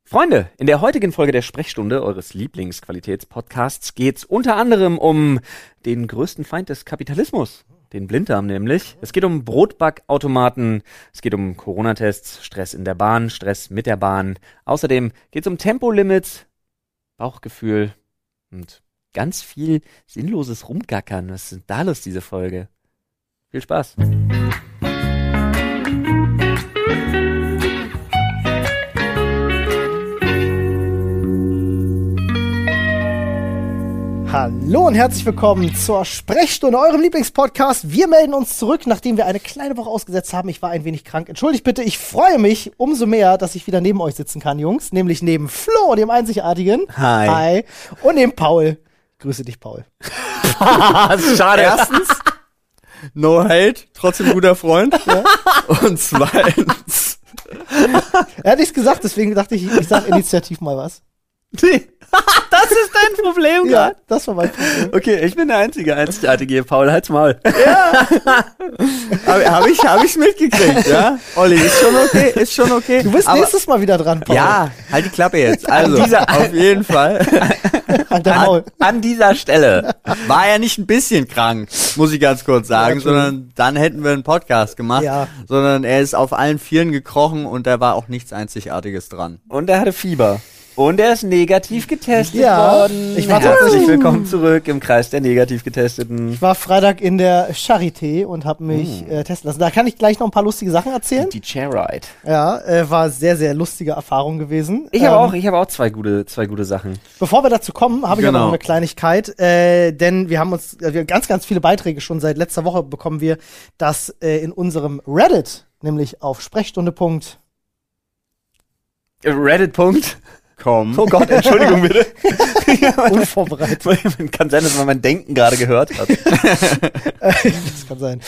Freunde, in der heutigen Folge der Sprechstunde eures Lieblingsqualitätspodcasts geht's unter anderem um den größten Feind des Kapitalismus, den Blinddarm nämlich. Es geht um Brotbackautomaten, es geht um Corona-Tests, Stress in der Bahn, Stress mit der Bahn. Außerdem geht's um Tempolimits, Bauchgefühl und ganz viel sinnloses Rumgackern. Was ist denn da los, diese Folge? Viel Spaß. Hallo und herzlich willkommen zur Sprechstunde, eurem Lieblingspodcast. Wir melden uns zurück, nachdem wir eine kleine Woche ausgesetzt haben. Ich war ein wenig krank. Entschuldigt bitte, ich freue mich umso mehr, dass ich wieder neben euch sitzen kann, Jungs. Nämlich neben Flo, dem Einzigartigen. Hi. Hi. Und neben Paul. Grüße dich, Paul. Schade. Erstens, no hate, trotzdem guter Freund. Ja. Und zweitens. Er hat nichts gesagt, deswegen dachte ich, ich sag initiativ mal was. Nee. Das ist dein Problem gerade. Ja, das war mein Problem. Okay, ich bin der Einzigartige hier, Paul, halt's Maul. Ja. Hab ich's mitgekriegt, ja? Olli, ist schon okay. Du bist nächstes Mal wieder dran, Paul. Ja, halt die Klappe jetzt. Also, auf jeden Fall. An dieser Stelle. War er nicht ein bisschen krank, muss ich ganz kurz sagen, Ja, sondern dann hätten wir einen Podcast gemacht. Ja. Sondern er ist auf allen Vieren gekrochen und da war auch nichts Einzigartiges dran. Und er hatte Fieber. Und er ist negativ getestet Ja, worden. ich war Herzlich willkommen zurück im Kreis der negativ Getesteten. Ich war Freitag in der Charité und habe mich testen lassen. Da kann ich gleich noch ein paar lustige Sachen erzählen. Die Chair-Ride. Ja, war sehr, sehr lustige Erfahrung gewesen. Ich habe auch zwei gute Sachen. Bevor wir dazu kommen, habe ich aber Genau. noch eine Kleinigkeit, denn wir haben ganz, ganz viele Beiträge schon seit letzter Woche bekommen wir, dass in unserem Reddit, nämlich auf Sprechstunde. Reddit. Komm. Oh Gott, Entschuldigung bitte. Unvorbereitet. Kann sein, dass man mein Denken gerade gehört hat. Das kann sein.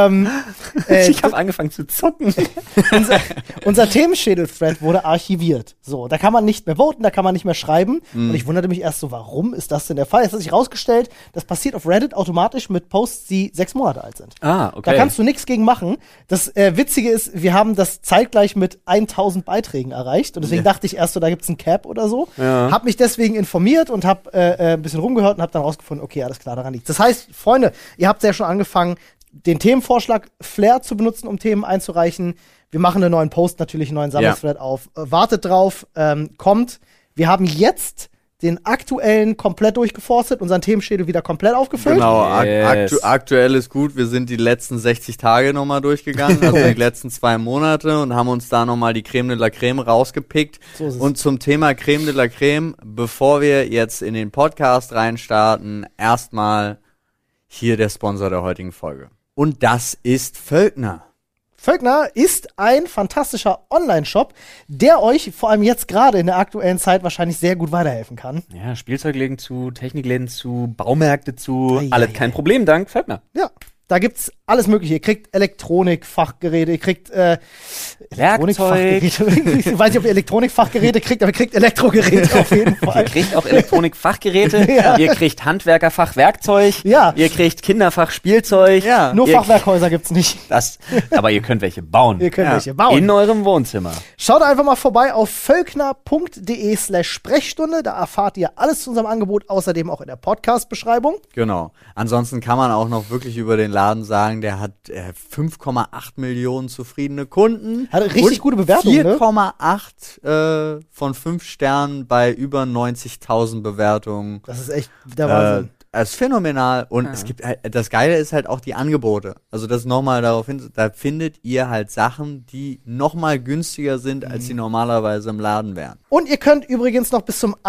Ich habe angefangen zu zucken. Unser Themenschädel-Thread wurde archiviert. So, da kann man nicht mehr voten, da kann man nicht mehr schreiben. Und ich wunderte mich erst so, warum ist das denn der Fall? Jetzt hat sich rausgestellt, das passiert auf Reddit automatisch mit Posts, die 6 Monate alt sind. Ah, okay. Da kannst du nichts gegen machen. Das Witzige ist, wir haben das zeitgleich mit 1000 Beiträgen erreicht. Und deswegen dachte ich erst so, da gibt's einen Cap oder so. Ja. Hab mich deswegen informiert und hab ein bisschen rumgehört und hab dann rausgefunden, okay, alles klar, daran liegt. Das heißt, Freunde, ihr habt ja schon angefangen, den Themenvorschlag Flair zu benutzen, um Themen einzureichen. Wir machen einen neuen Post, natürlich einen neuen Sammelthread auf. Wartet drauf, kommt. Wir haben jetzt den aktuellen komplett durchgeforstet, unseren Themenschädel wieder komplett aufgefüllt. Genau, Yes. aktuell ist gut. Wir sind die letzten 60 Tage nochmal durchgegangen, also die letzten 2 Monate und haben uns da nochmal die Creme de la Creme rausgepickt. So ist es. Und zum Thema Creme de la Creme, bevor wir jetzt in den Podcast reinstarten, erstmal hier der Sponsor der heutigen Folge. Und das ist Völkner. Völkner ist ein fantastischer Online-Shop, der euch vor allem jetzt gerade in der aktuellen Zeit wahrscheinlich sehr gut weiterhelfen kann. Ja, Spielzeugläden zu, Technikläden zu, Baumärkte zu, Ei, alles ei, kein ei. Problem, dank Völkner. Ja, da gibt's alles Mögliche. Ihr kriegt Elektronikfachgeräte, ihr kriegt Elektronikfachgeräte. Ich weiß nicht, ob ihr Elektronikfachgeräte kriegt, aber ihr kriegt Elektrogeräte auf jeden Ihr Fall. kriegt auch Elektronikfachgeräte, Ja. Ihr kriegt Handwerkerfachwerkzeug, Ja. Ihr kriegt Kinderfachspielzeug. Ja. Nur ihr- Fachwerkhäuser gibt's nicht. Aber ihr könnt welche bauen. Ihr könnt Ja. welche bauen. In eurem Wohnzimmer. Schaut einfach mal vorbei auf völkner.de/Sprechstunde. Da erfahrt ihr alles zu unserem Angebot, außerdem auch in der Podcast-Beschreibung. Genau. Ansonsten kann man auch noch wirklich über den Laden sagen, der hat 5,8 Millionen zufriedene Kunden. Hat richtig gute Bewertungen, ne? 4,8 von 5 Sternen bei über 90.000 Bewertungen. Das ist echt der Wahnsinn. Das ist phänomenal. Und es gibt halt, das Geile ist halt auch die Angebote. Also das nochmal darauf hin, da findet ihr halt Sachen, die nochmal günstiger sind, als die normalerweise im Laden wären. Und ihr könnt übrigens noch bis zum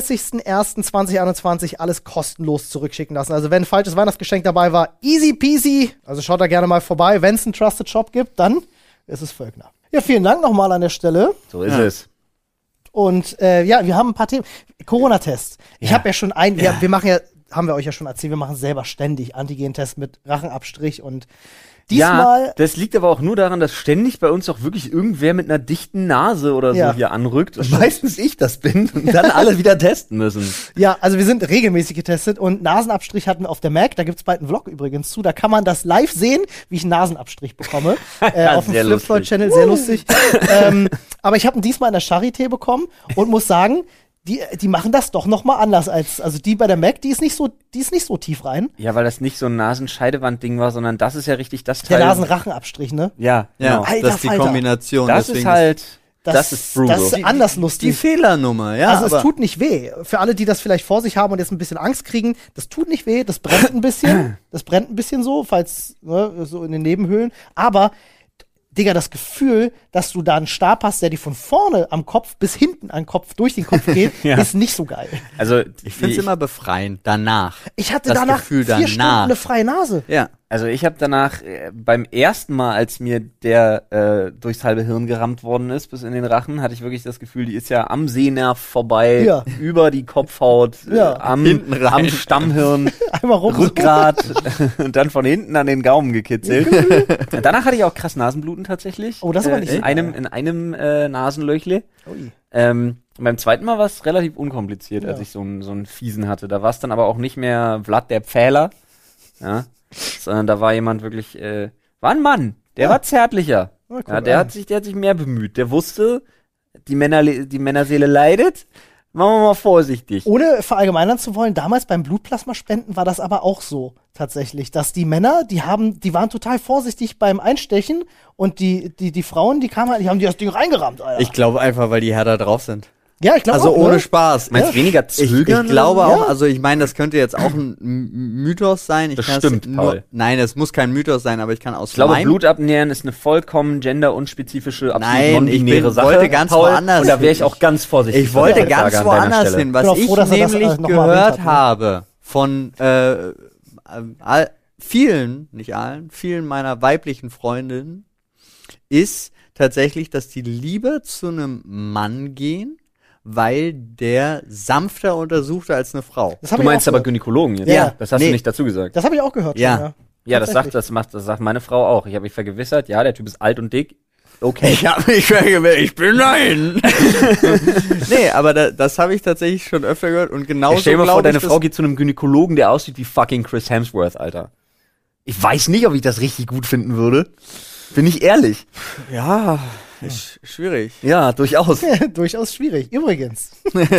31.01.2021 alles kostenlos zurückschicken lassen. Also wenn ein falsches Weihnachtsgeschenk dabei war, easy peasy. Also schaut da gerne mal vorbei. Wenn es einen Trusted Shop gibt, dann ist es Völkner. Ja, vielen Dank nochmal an der Stelle. So ist Ja. es. Und ja, wir haben ein paar Themen. Corona-Test. Ich habe ja schon wir machen ja, haben wir euch ja schon erzählt, wir machen selber ständig Antigen-Test mit Rachenabstrich und Diesmal, das liegt aber auch nur daran, dass ständig bei uns auch wirklich irgendwer mit einer dichten Nase oder so Ja. hier anrückt und meistens ich das bin und dann alle wieder testen müssen. ja, also wir sind regelmäßig getestet und Nasenabstrich hatten wir auf der Mac, da gibt's bald einen Vlog übrigens zu, da kann man das live sehen, wie ich einen Nasenabstrich bekomme, auf dem Sehr Flipfloyd-Channel, sehr lustig. Aber ich habe ihn diesmal in der Charité bekommen und muss sagen, die machen das doch noch mal anders also die bei der Mac, die ist nicht so tief rein. Ja, weil das nicht so ein Nasenscheidewandding war, sondern das ist ja richtig das Der Teil. Nasenrachenabstrich, ne? Ja, Ja, genau. Alter das ist die Falter. Kombination. Das deswegen ist halt, das ist brutal. Das ist anders die lustig. Fehlernummer, ja. Also es aber tut nicht weh. Für alle, die das vielleicht vor sich haben und jetzt ein bisschen Angst kriegen, das tut nicht weh, das brennt ein bisschen. Das brennt ein bisschen so, falls, ne, so in den Nebenhöhlen. Aber, Digga, das Gefühl, dass du da einen Stab hast, der dir von vorne am Kopf bis hinten am Kopf durch den Kopf geht, Ja. ist nicht so geil. Also, ich finde es immer befreiend, danach. Ich hatte Das danach Gefühl 4 Stunden danach. eine freie Nase. Ja. Also ich habe danach beim ersten Mal, als mir der durchs halbe Hirn gerammt worden ist, bis in den Rachen, hatte ich wirklich das Gefühl, die ist ja am Sehnerv vorbei, Ja. über die Kopfhaut, Ja. Hinten rein. am Stammhirn, Einmal rum. Rückgrat und dann von hinten an den Gaumen gekitzelt. Danach hatte ich auch krass Nasenbluten tatsächlich. Oh, das ist aber nicht so in einem Nasenlöchle. Ui. Beim zweiten Mal war es relativ unkompliziert, als Ja. ich so einen Fiesen hatte. Da war es dann aber auch nicht mehr Vlad der Pfähler, ja, sondern da war jemand wirklich, war ein Mann, der Ja. war zärtlicher. Na, guck Ja, der an. hat sich mehr bemüht. Der wusste, die Männerseele leidet. Machen wir mal vorsichtig. Ohne verallgemeinern zu wollen, damals beim Blutplasmaspenden war das aber auch so, tatsächlich, dass die Männer, die waren total vorsichtig beim Einstechen und die Frauen, die kamen halt, die haben das Ding reingerammt, Alter. Ich glaube einfach, weil die härter drauf sind. ja, ich glaube Also auch, ohne ne? Spaß. Meinst du weniger Ich zögern? glaube Ja. auch, also ich meine, das könnte jetzt auch ein Mythos sein. Ich Das kann stimmt, nur, Paul. Nein, es muss kein Mythos sein, aber ich kann aus Ich glaube, meinem... Blut abnähren ist eine vollkommen genderunspezifische, absolut Nein, non-binäre ich Sache. wollte ganz Paul, woanders und da wäre ich hin. auch ganz vorsichtig. Ich wollte was ich ganz sage an deiner woanders Stelle. hin. Was bin auch ich froh, dass er das, nämlich noch mal erwähnt gehört hat, ne? habe von vielen meiner weiblichen Freundinnen, ist tatsächlich, dass die lieber zu einem Mann gehen, weil der sanfter untersucht als eine Frau. Das hab Du ich meinst auch aber gehört. Gynäkologen jetzt. Ja. Das hast Nee. du nicht dazu gesagt. Das habe ich auch gehört. Ja. Schon, Ja, das Tatsächlich. sagt meine Frau auch. Ich habe mich vergewissert, ja, der Typ ist alt und dick. Okay. Ich habe mich vergewissert, ich bin nein. Nee, aber das habe ich tatsächlich schon öfter gehört und genauso Stell dir mal vor, glaube ich, deine Frau geht zu einem Gynäkologen, der aussieht wie fucking Chris Hemsworth, Alter. Ich weiß nicht, ob ich das richtig gut finden würde. Bin ich ehrlich. ja, ist schwierig. Ja, durchaus. Durchaus schwierig. Übrigens.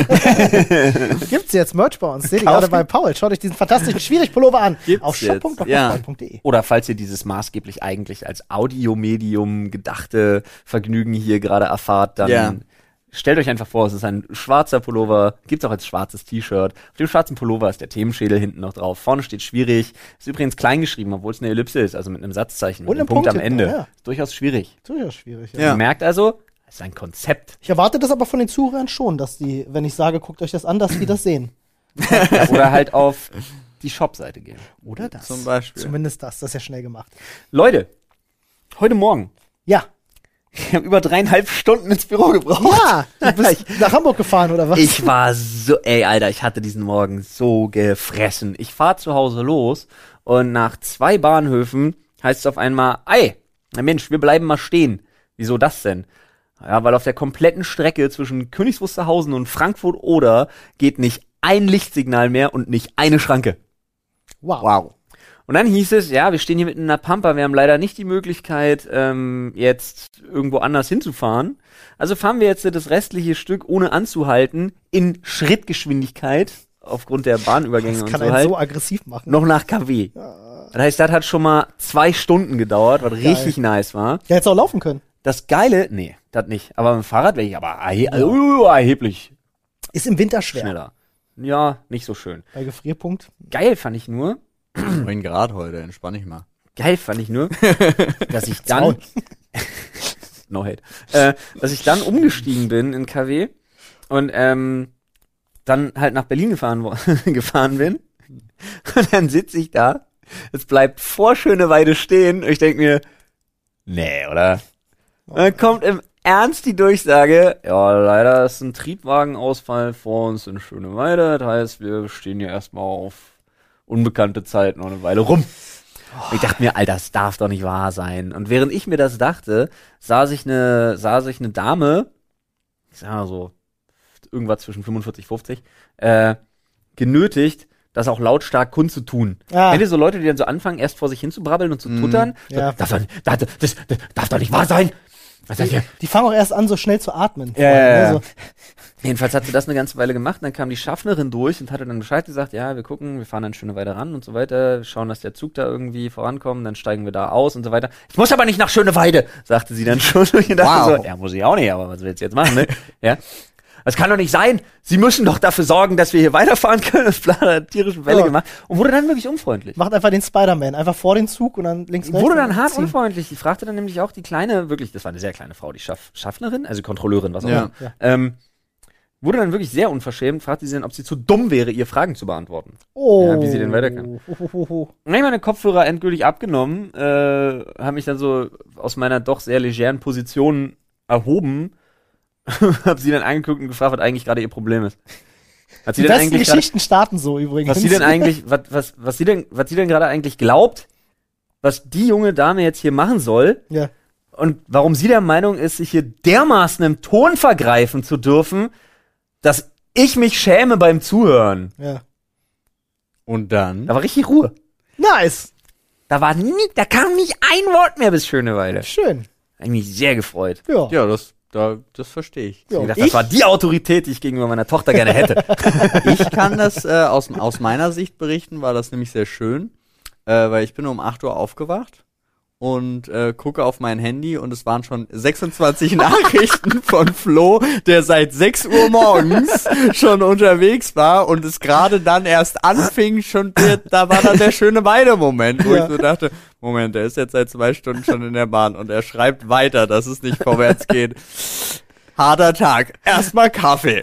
Gibt's jetzt Merch bei uns. Seht ihr Kauft gerade bei Paul. Schaut euch diesen fantastischen Schwierig-Pullover an. Gibt's Auf jetzt, shop.drfreud.de. Oder falls ihr dieses maßgeblich eigentlich als Audiomedium gedachte Vergnügen hier gerade erfahrt, dann Ja. stellt euch einfach vor, es ist ein schwarzer Pullover, gibt's auch als schwarzes T-Shirt. Auf dem schwarzen Pullover ist der Themenschädel hinten noch drauf. Vorne steht schwierig. Ist übrigens klein geschrieben, obwohl es eine Ellipse ist, also mit einem Satzzeichen. Und mit einem einem Punkt am Punkt Ende. hinten, ja. Ist durchaus schwierig. Durchaus schwierig. Ja. Ja. Ihr merkt also, es ist ein Konzept. Ich erwarte das aber von den Zuhörern schon, dass die, wenn ich sage, guckt euch das an, dass die das sehen. Oder halt auf die Shop-Seite gehen. Oder das. Zum Beispiel. Zumindest das. Das ist ja schnell gemacht. Leute, heute Morgen. Ja. Ich habe über 3,5 Stunden ins Büro gebraucht. Ja, du bist nach Hamburg gefahren, oder was? Ich war so, Alter, ich hatte diesen Morgen so gefressen. Ich fahr zu Hause los und nach 2 Bahnhöfen heißt es auf einmal, na Mensch, wir bleiben mal stehen. Wieso das denn? Ja, weil auf der kompletten Strecke zwischen Königs Wusterhausen und Frankfurt-Oder geht nicht ein Lichtsignal mehr und nicht eine Schranke. Wow. Und dann hieß es, ja, wir stehen hier mitten in der Pampa, wir haben leider nicht die Möglichkeit, jetzt irgendwo anders hinzufahren. Also fahren wir jetzt das restliche Stück ohne anzuhalten in Schrittgeschwindigkeit, aufgrund der Bahnübergänge Das und kann so einen halt, so aggressiv machen. noch nach KW. Das heißt, das hat schon mal 2 Stunden gedauert, was richtig nice war. Ja, hättest auch laufen können. Das Geile, nee, das nicht. Aber mit dem Fahrrad wäre ich aber erheblich Ist im Winter schwer. schneller. Ja, nicht so schön. Bei Gefrierpunkt. Geil fand ich nur, 9 Grad heute, entspann ich mal. dass ich dann no hate, dass ich dann umgestiegen bin in KW und dann halt nach Berlin gefahren bin und dann sitze ich da, es bleibt vor Schöneweide stehen und ich denke mir, nee, oder? Und dann kommt im Ernst die Durchsage, ja, leider ist ein Triebwagenausfall vor uns in Schöneweide, das heißt, wir stehen hier erstmal auf unbekannte Zeit noch eine Weile rum. Und ich dachte mir, Alter, das darf doch nicht wahr sein. Und während ich mir das dachte, sah sich eine Dame, ich sag mal so, irgendwas zwischen 45, 50, genötigt, das auch lautstark kundzutun. Ah. Kennt ihr so Leute, die dann so anfangen, erst vor sich hin zu brabbeln und zu tuttern? Ja. So, das darf doch nicht wahr sein. Was ist das hier? Die fangen auch erst an, so schnell zu atmen. Ja. So. Jedenfalls hat sie das eine ganze Weile gemacht, und dann kam die Schaffnerin durch und hatte dann Bescheid gesagt, ja, wir gucken, wir fahren dann schön weiter ran und so weiter, schauen, dass der Zug da irgendwie vorankommt, dann steigen wir da aus und so weiter. Ich muss aber nicht nach Schöneweide, sagte sie dann schon. Und ich dachte so, ja, muss ich auch nicht, aber was willst du jetzt machen, ne? Ja. Das kann doch nicht sein. Sie müssen doch dafür sorgen, dass wir hier weiterfahren können. Das Plan hat tierische Welle gemacht und wurde dann wirklich unfreundlich. Macht einfach den Spider-Man, einfach vor den Zug und dann links, rechts. Wurde dann hart ziehen. unfreundlich. Die fragte dann nämlich auch die kleine, wirklich, das war eine sehr kleine Frau, die Schaffnerin, also Kontrolleurin, was auch immer. Ja. Wurde dann wirklich sehr unverschämt, fragte sie dann, ob sie zu dumm wäre, ihr Fragen zu beantworten. Oh. Ja, wie sie denn weiter kann. Dann habe ich meine Kopfhörer endgültig abgenommen, habe mich dann so aus meiner doch sehr legeren Position erhoben, habe sie dann angeguckt und gefragt, was eigentlich gerade ihr Problem ist. Was sie Die denn besten eigentlich Geschichten starten so übrigens. was sie denn eigentlich, was sie denn gerade eigentlich glaubt, was die junge Dame jetzt hier machen soll Ja. und warum sie der Meinung ist, sich hier dermaßen im Ton vergreifen zu dürfen, dass ich mich schäme beim Zuhören. Ja. Und dann? Da war richtig Ruhe. Nice. Da kam nicht ein Wort mehr bis Schöneweile. Schön. Hab ich mich sehr gefreut. Ja. Ja, das verstehe ich. Ich dachte, das war die Autorität, die ich gegenüber meiner Tochter gerne hätte. Ich kann das aus meiner Sicht berichten, war das nämlich sehr schön, weil ich bin um 8 Uhr aufgewacht und gucke auf mein Handy und es waren schon 26 Nachrichten von Flo, der seit 6 Uhr morgens schon unterwegs war und es gerade dann erst anfing, da war dann der schöne Weide-Moment, wo ich so dachte, Moment, der ist jetzt seit 2 Stunden schon in der Bahn und er schreibt weiter, dass es nicht vorwärts geht. Harter Tag. Erstmal Kaffee.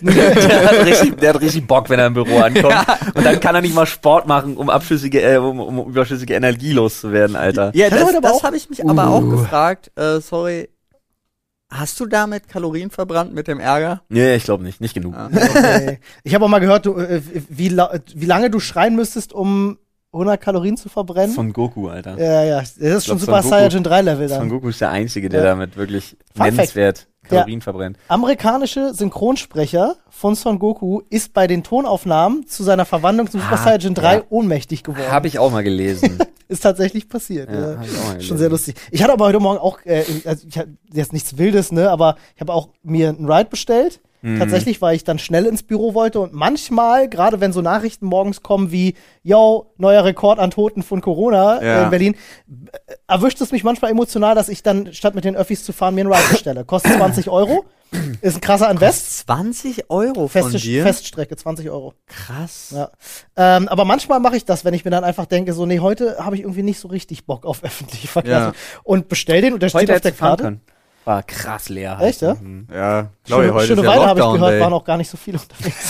Der hat richtig Bock, wenn er im Büro ankommt. Ja. Und dann kann er nicht mal Sport machen, um überschüssige Energie loszuwerden, Alter. Ja, das habe ich mich aber auch gefragt. Sorry, hast du damit Kalorien verbrannt mit dem Ärger? Nee, ich glaube nicht. Nicht genug. Okay. Ich habe auch mal gehört, wie lange du schreien müsstest, um 100 Kalorien zu verbrennen. Von Goku, Alter. Ja. Das ist schon Super Saiyajin 3 Level dann. Son Goku ist der Einzige, der damit wirklich Fun nennenswert Kalorien verbrennt. Amerikanische Synchronsprecher von Son Goku ist bei den Tonaufnahmen zu seiner Verwandlung zum Super Saiyajin 3 ohnmächtig geworden. Habe ich auch mal gelesen. Ist tatsächlich passiert. Ja, hab ich auch mal gelesen. Schon sehr lustig. Ich hatte aber heute Morgen auch, also ich hatte jetzt nichts Wildes, ne, aber ich habe auch mir einen Ride bestellt. Tatsächlich, weil ich dann schnell ins Büro wollte und manchmal, gerade wenn so Nachrichten morgens kommen wie, yo, neuer Rekord an Toten von Corona in Berlin, erwischt es mich manchmal emotional, dass ich dann, statt mit den Öffis zu fahren, mir einen Ride bestelle. Kostet 20 €. Ist ein krasser Invest. 20 € von dir? Feststrecke, 20 €. Krass. Ja. Aber manchmal mache ich das, wenn ich mir dann einfach denke, so, nee, heute habe ich irgendwie nicht so richtig Bock auf öffentliche Verkehrsmittel. Ja. Und bestell den und der steht auf der Karte. War krass leer. Echt, ja? Ja, glaube ich, heute schöne ist ja Weile habe ich Lockdown gehört, Day. waren auch gar nicht so viele unterwegs.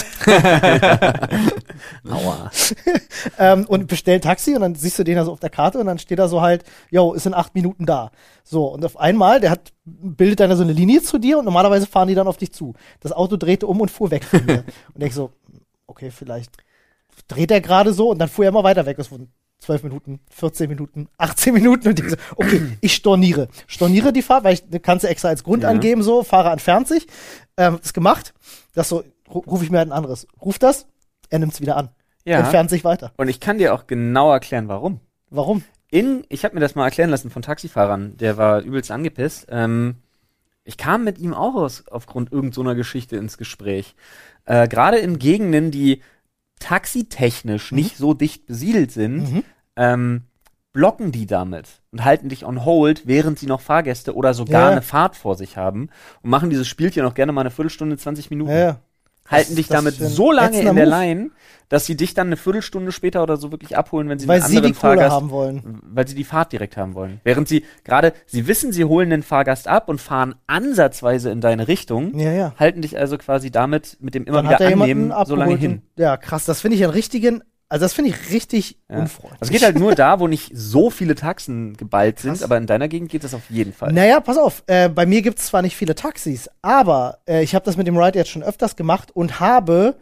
Aua. Und bestell Taxi und dann siehst du den da so auf der Karte und dann steht da so halt, yo, ist in 8 Minuten da. So, und auf einmal, bildet dann so eine Linie zu dir und normalerweise fahren die dann auf dich zu. Das Auto drehte um und fuhr weg von mir. Und ich so, okay, vielleicht dreht er gerade so und dann fuhr er immer weiter weg. Das wurden 12 Minuten, 14 Minuten, 18 Minuten und ich so, okay, ich storniere. Storniere die Fahrt, weil ich kannst du extra als Grund angeben, so, Fahrer entfernt sich. Das gemacht. Das so, rufe ich mir halt ein anderes. Ruf das, er nimmt's wieder an. Ja. Entfernt sich weiter. Und ich kann dir auch genau erklären, warum. Warum? Ich habe mir das mal erklären lassen von Taxifahrern, der war übelst angepisst. Ich kam mit ihm auch aufgrund irgend so einer Geschichte ins Gespräch. Gerade in Gegenden, die taxitechnisch nicht so dicht besiedelt sind, blocken die damit und halten dich on hold, während sie noch Fahrgäste oder sogar eine Fahrt vor sich haben und machen dieses Spielchen auch gerne mal eine Viertelstunde, 20 Minuten. Ja. Halten dich damit so lange in der Line, dass sie dich dann eine Viertelstunde später oder so wirklich abholen, wenn sie einen anderen Fahrgast haben wollen. Weil sie die Fahrt direkt haben wollen. Während sie wissen, sie holen den Fahrgast ab und fahren ansatzweise in deine Richtung, halten dich also quasi damit mit dem immer dann wieder annehmen so lange hin. Ja, krass, das finde ich das finde ich richtig unfreundlich. Es geht halt nur da, wo nicht so viele Taxen geballt sind, aber in deiner Gegend geht das auf jeden Fall. Naja, pass auf, bei mir gibt es zwar nicht viele Taxis, aber ich habe das mit dem Ride jetzt schon öfters gemacht und habe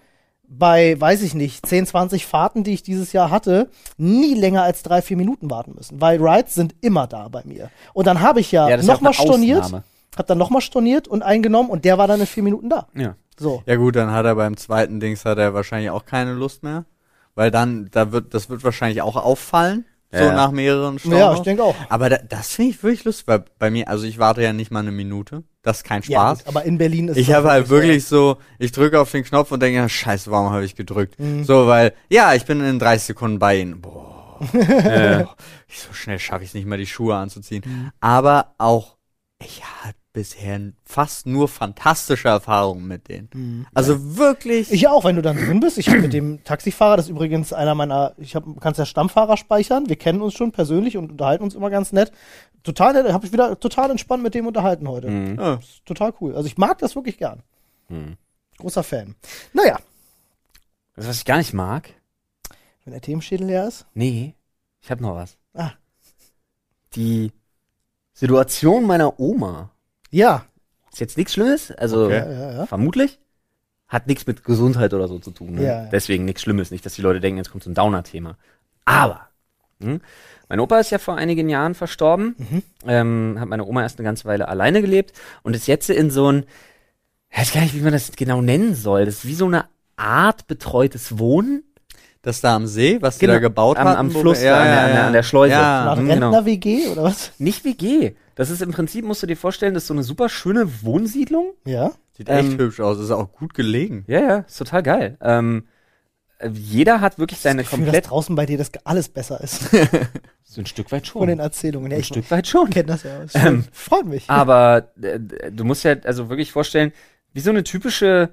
bei, weiß ich nicht, 10, 20 Fahrten, die ich dieses Jahr hatte, nie länger als 3-4 Minuten warten müssen. Weil Rides sind immer da bei mir. Und dann habe ich Ja, das ist nochmal ja auch eine storniert, Ausnahme. hab dann nochmal storniert und eingenommen und der war dann in 4 Minuten da. Ja. So. Ja gut, dann hat er beim zweiten Dings hat er wahrscheinlich auch keine Lust mehr. Weil dann, das wird wahrscheinlich auch auffallen. So Ja. nach mehreren Stunden. Ja, ich denke auch. Aber das finde ich wirklich lustig, weil bei mir, also ich warte ja nicht mal eine Minute. Das ist kein Ja, Spaß. gut, aber in Berlin ist Ich das habe halt so. wirklich so, ich drücke auf den Knopf und denke, ja, scheiße, warum habe ich gedrückt? Mhm. So, weil, ja, ich bin in 30 Sekunden bei Ihnen. Boah. So schnell schaffe ich es nicht mal, die Schuhe anzuziehen. Mhm. Aber auch, ich hatte bisher fast nur fantastische Erfahrungen mit denen. Also wirklich. Ich auch, wenn du dann drin bist. Ich habe mit dem Taxifahrer, das ist übrigens einer meiner, kannst ja Stammfahrer speichern. Wir kennen uns schon persönlich und unterhalten uns immer ganz nett. Total nett, habe ich wieder total entspannt mit dem unterhalten heute. Ja. Ist total cool. Also ich mag das wirklich gern. Mhm. Großer Fan. Naja, Das, was ich gar nicht mag? wenn der Themenschädel leer ist. Nee, ich habe noch was. Ah. Die Situation meiner Oma. Ja. Ist jetzt nichts Schlimmes, also Okay. Ja. vermutlich. Hat nichts mit Gesundheit oder so zu tun. Ne? Ja. Deswegen nichts Schlimmes. Nicht, dass die Leute denken, jetzt kommt so ein Downer-Thema. Aber, mein Opa ist ja vor einigen Jahren verstorben. Hat meine Oma erst eine ganze Weile alleine gelebt und ist jetzt in so ein, ich weiß gar nicht, wie man das genau nennen soll. Das ist wie so eine Art betreutes Wohnen. Das da am See, was die da gebaut am, haben. am Fluss, da, an der Schleuse. Ja. Nach genau. Rentner-WG oder was? Nicht WG. Das ist im Prinzip, musst du dir vorstellen, das ist so eine super schöne Wohnsiedlung. Ja. Sieht echt hübsch aus, ist auch gut gelegen. Ja, ist total geil. Jeder hat wirklich seine Ich fühle, dass komplett, draußen bei dir das alles besser ist. so ein Stück weit Von den schon. Erzählungen. Ja, Ein ich Stück weit schon. kenne das ja. Ist schön. Freut mich. Aber du musst ja also wirklich vorstellen, wie so eine typische,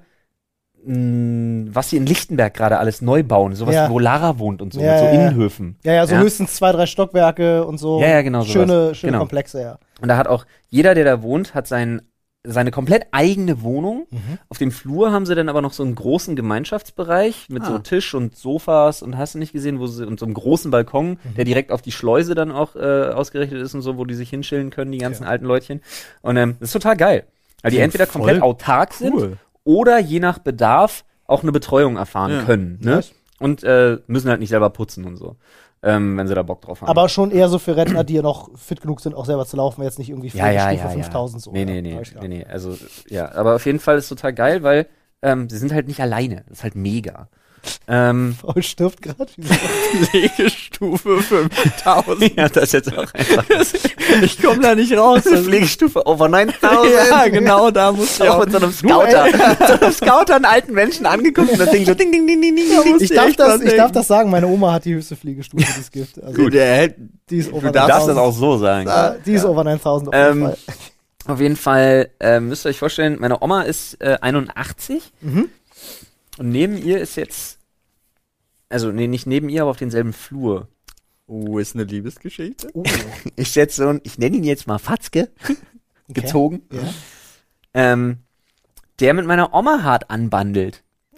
was sie in Lichtenberg gerade alles neu bauen, sowas, Ja. wo Lara wohnt und so, Ja, mit so ja, ja. Innenhöfen. Ja, so Ja. höchstens 2, 3 Stockwerke und so. Ja, genau, sowas. Schöne Genau. Komplexe, ja. Und da hat auch jeder, der da wohnt, hat seine komplett eigene Wohnung. Auf dem Flur haben sie dann aber noch so einen großen Gemeinschaftsbereich mit so Tisch und Sofas und hast du nicht gesehen, und so einem großen Balkon, der direkt auf die Schleuse dann auch ausgerichtet ist und so, wo die sich hinschillen können, die ganzen alten Leutchen. Und das ist total geil. Weil die entweder komplett autark sind oder je nach Bedarf auch eine Betreuung erfahren können. Ne? Nice. Und müssen halt nicht selber putzen und so, wenn sie da Bock drauf haben. Aber schon eher so für Rentner, die ja noch fit genug sind, auch selber zu laufen, jetzt nicht irgendwie Ja. 5000 so. Nee. Also, ja, aber auf jeden Fall ist total geil, weil sie sind halt nicht alleine. Das ist halt mega. Paul stirbt gerade. Pflegestufe 5000. Ja, das ist jetzt auch einfach. Ich komme da nicht raus. Pflegestufe over 9000. Ja, genau, da muss ich Auch auch. mit so einem Scouter. So einem Scouter einen alten Menschen angeguckt und das Ding so ding, ding, ding, ding, ding, ding. Ich darf das sagen, meine Oma hat die höchste Pflegestufe, die es gibt. Also, Gut, die ist over du darfst das auch so sagen. Die ist over 9000 auf jeden Fall. Auf jeden Fall müsst ihr euch vorstellen, meine Oma ist 81 und neben ihr ist jetzt, also nee, nicht neben ihr, aber auf denselben Flur. ist eine Liebesgeschichte. Ist jetzt so ein, ich nenne ihn jetzt mal Fatzke, gezogen, Ja. der mit meiner Oma hart anbandelt.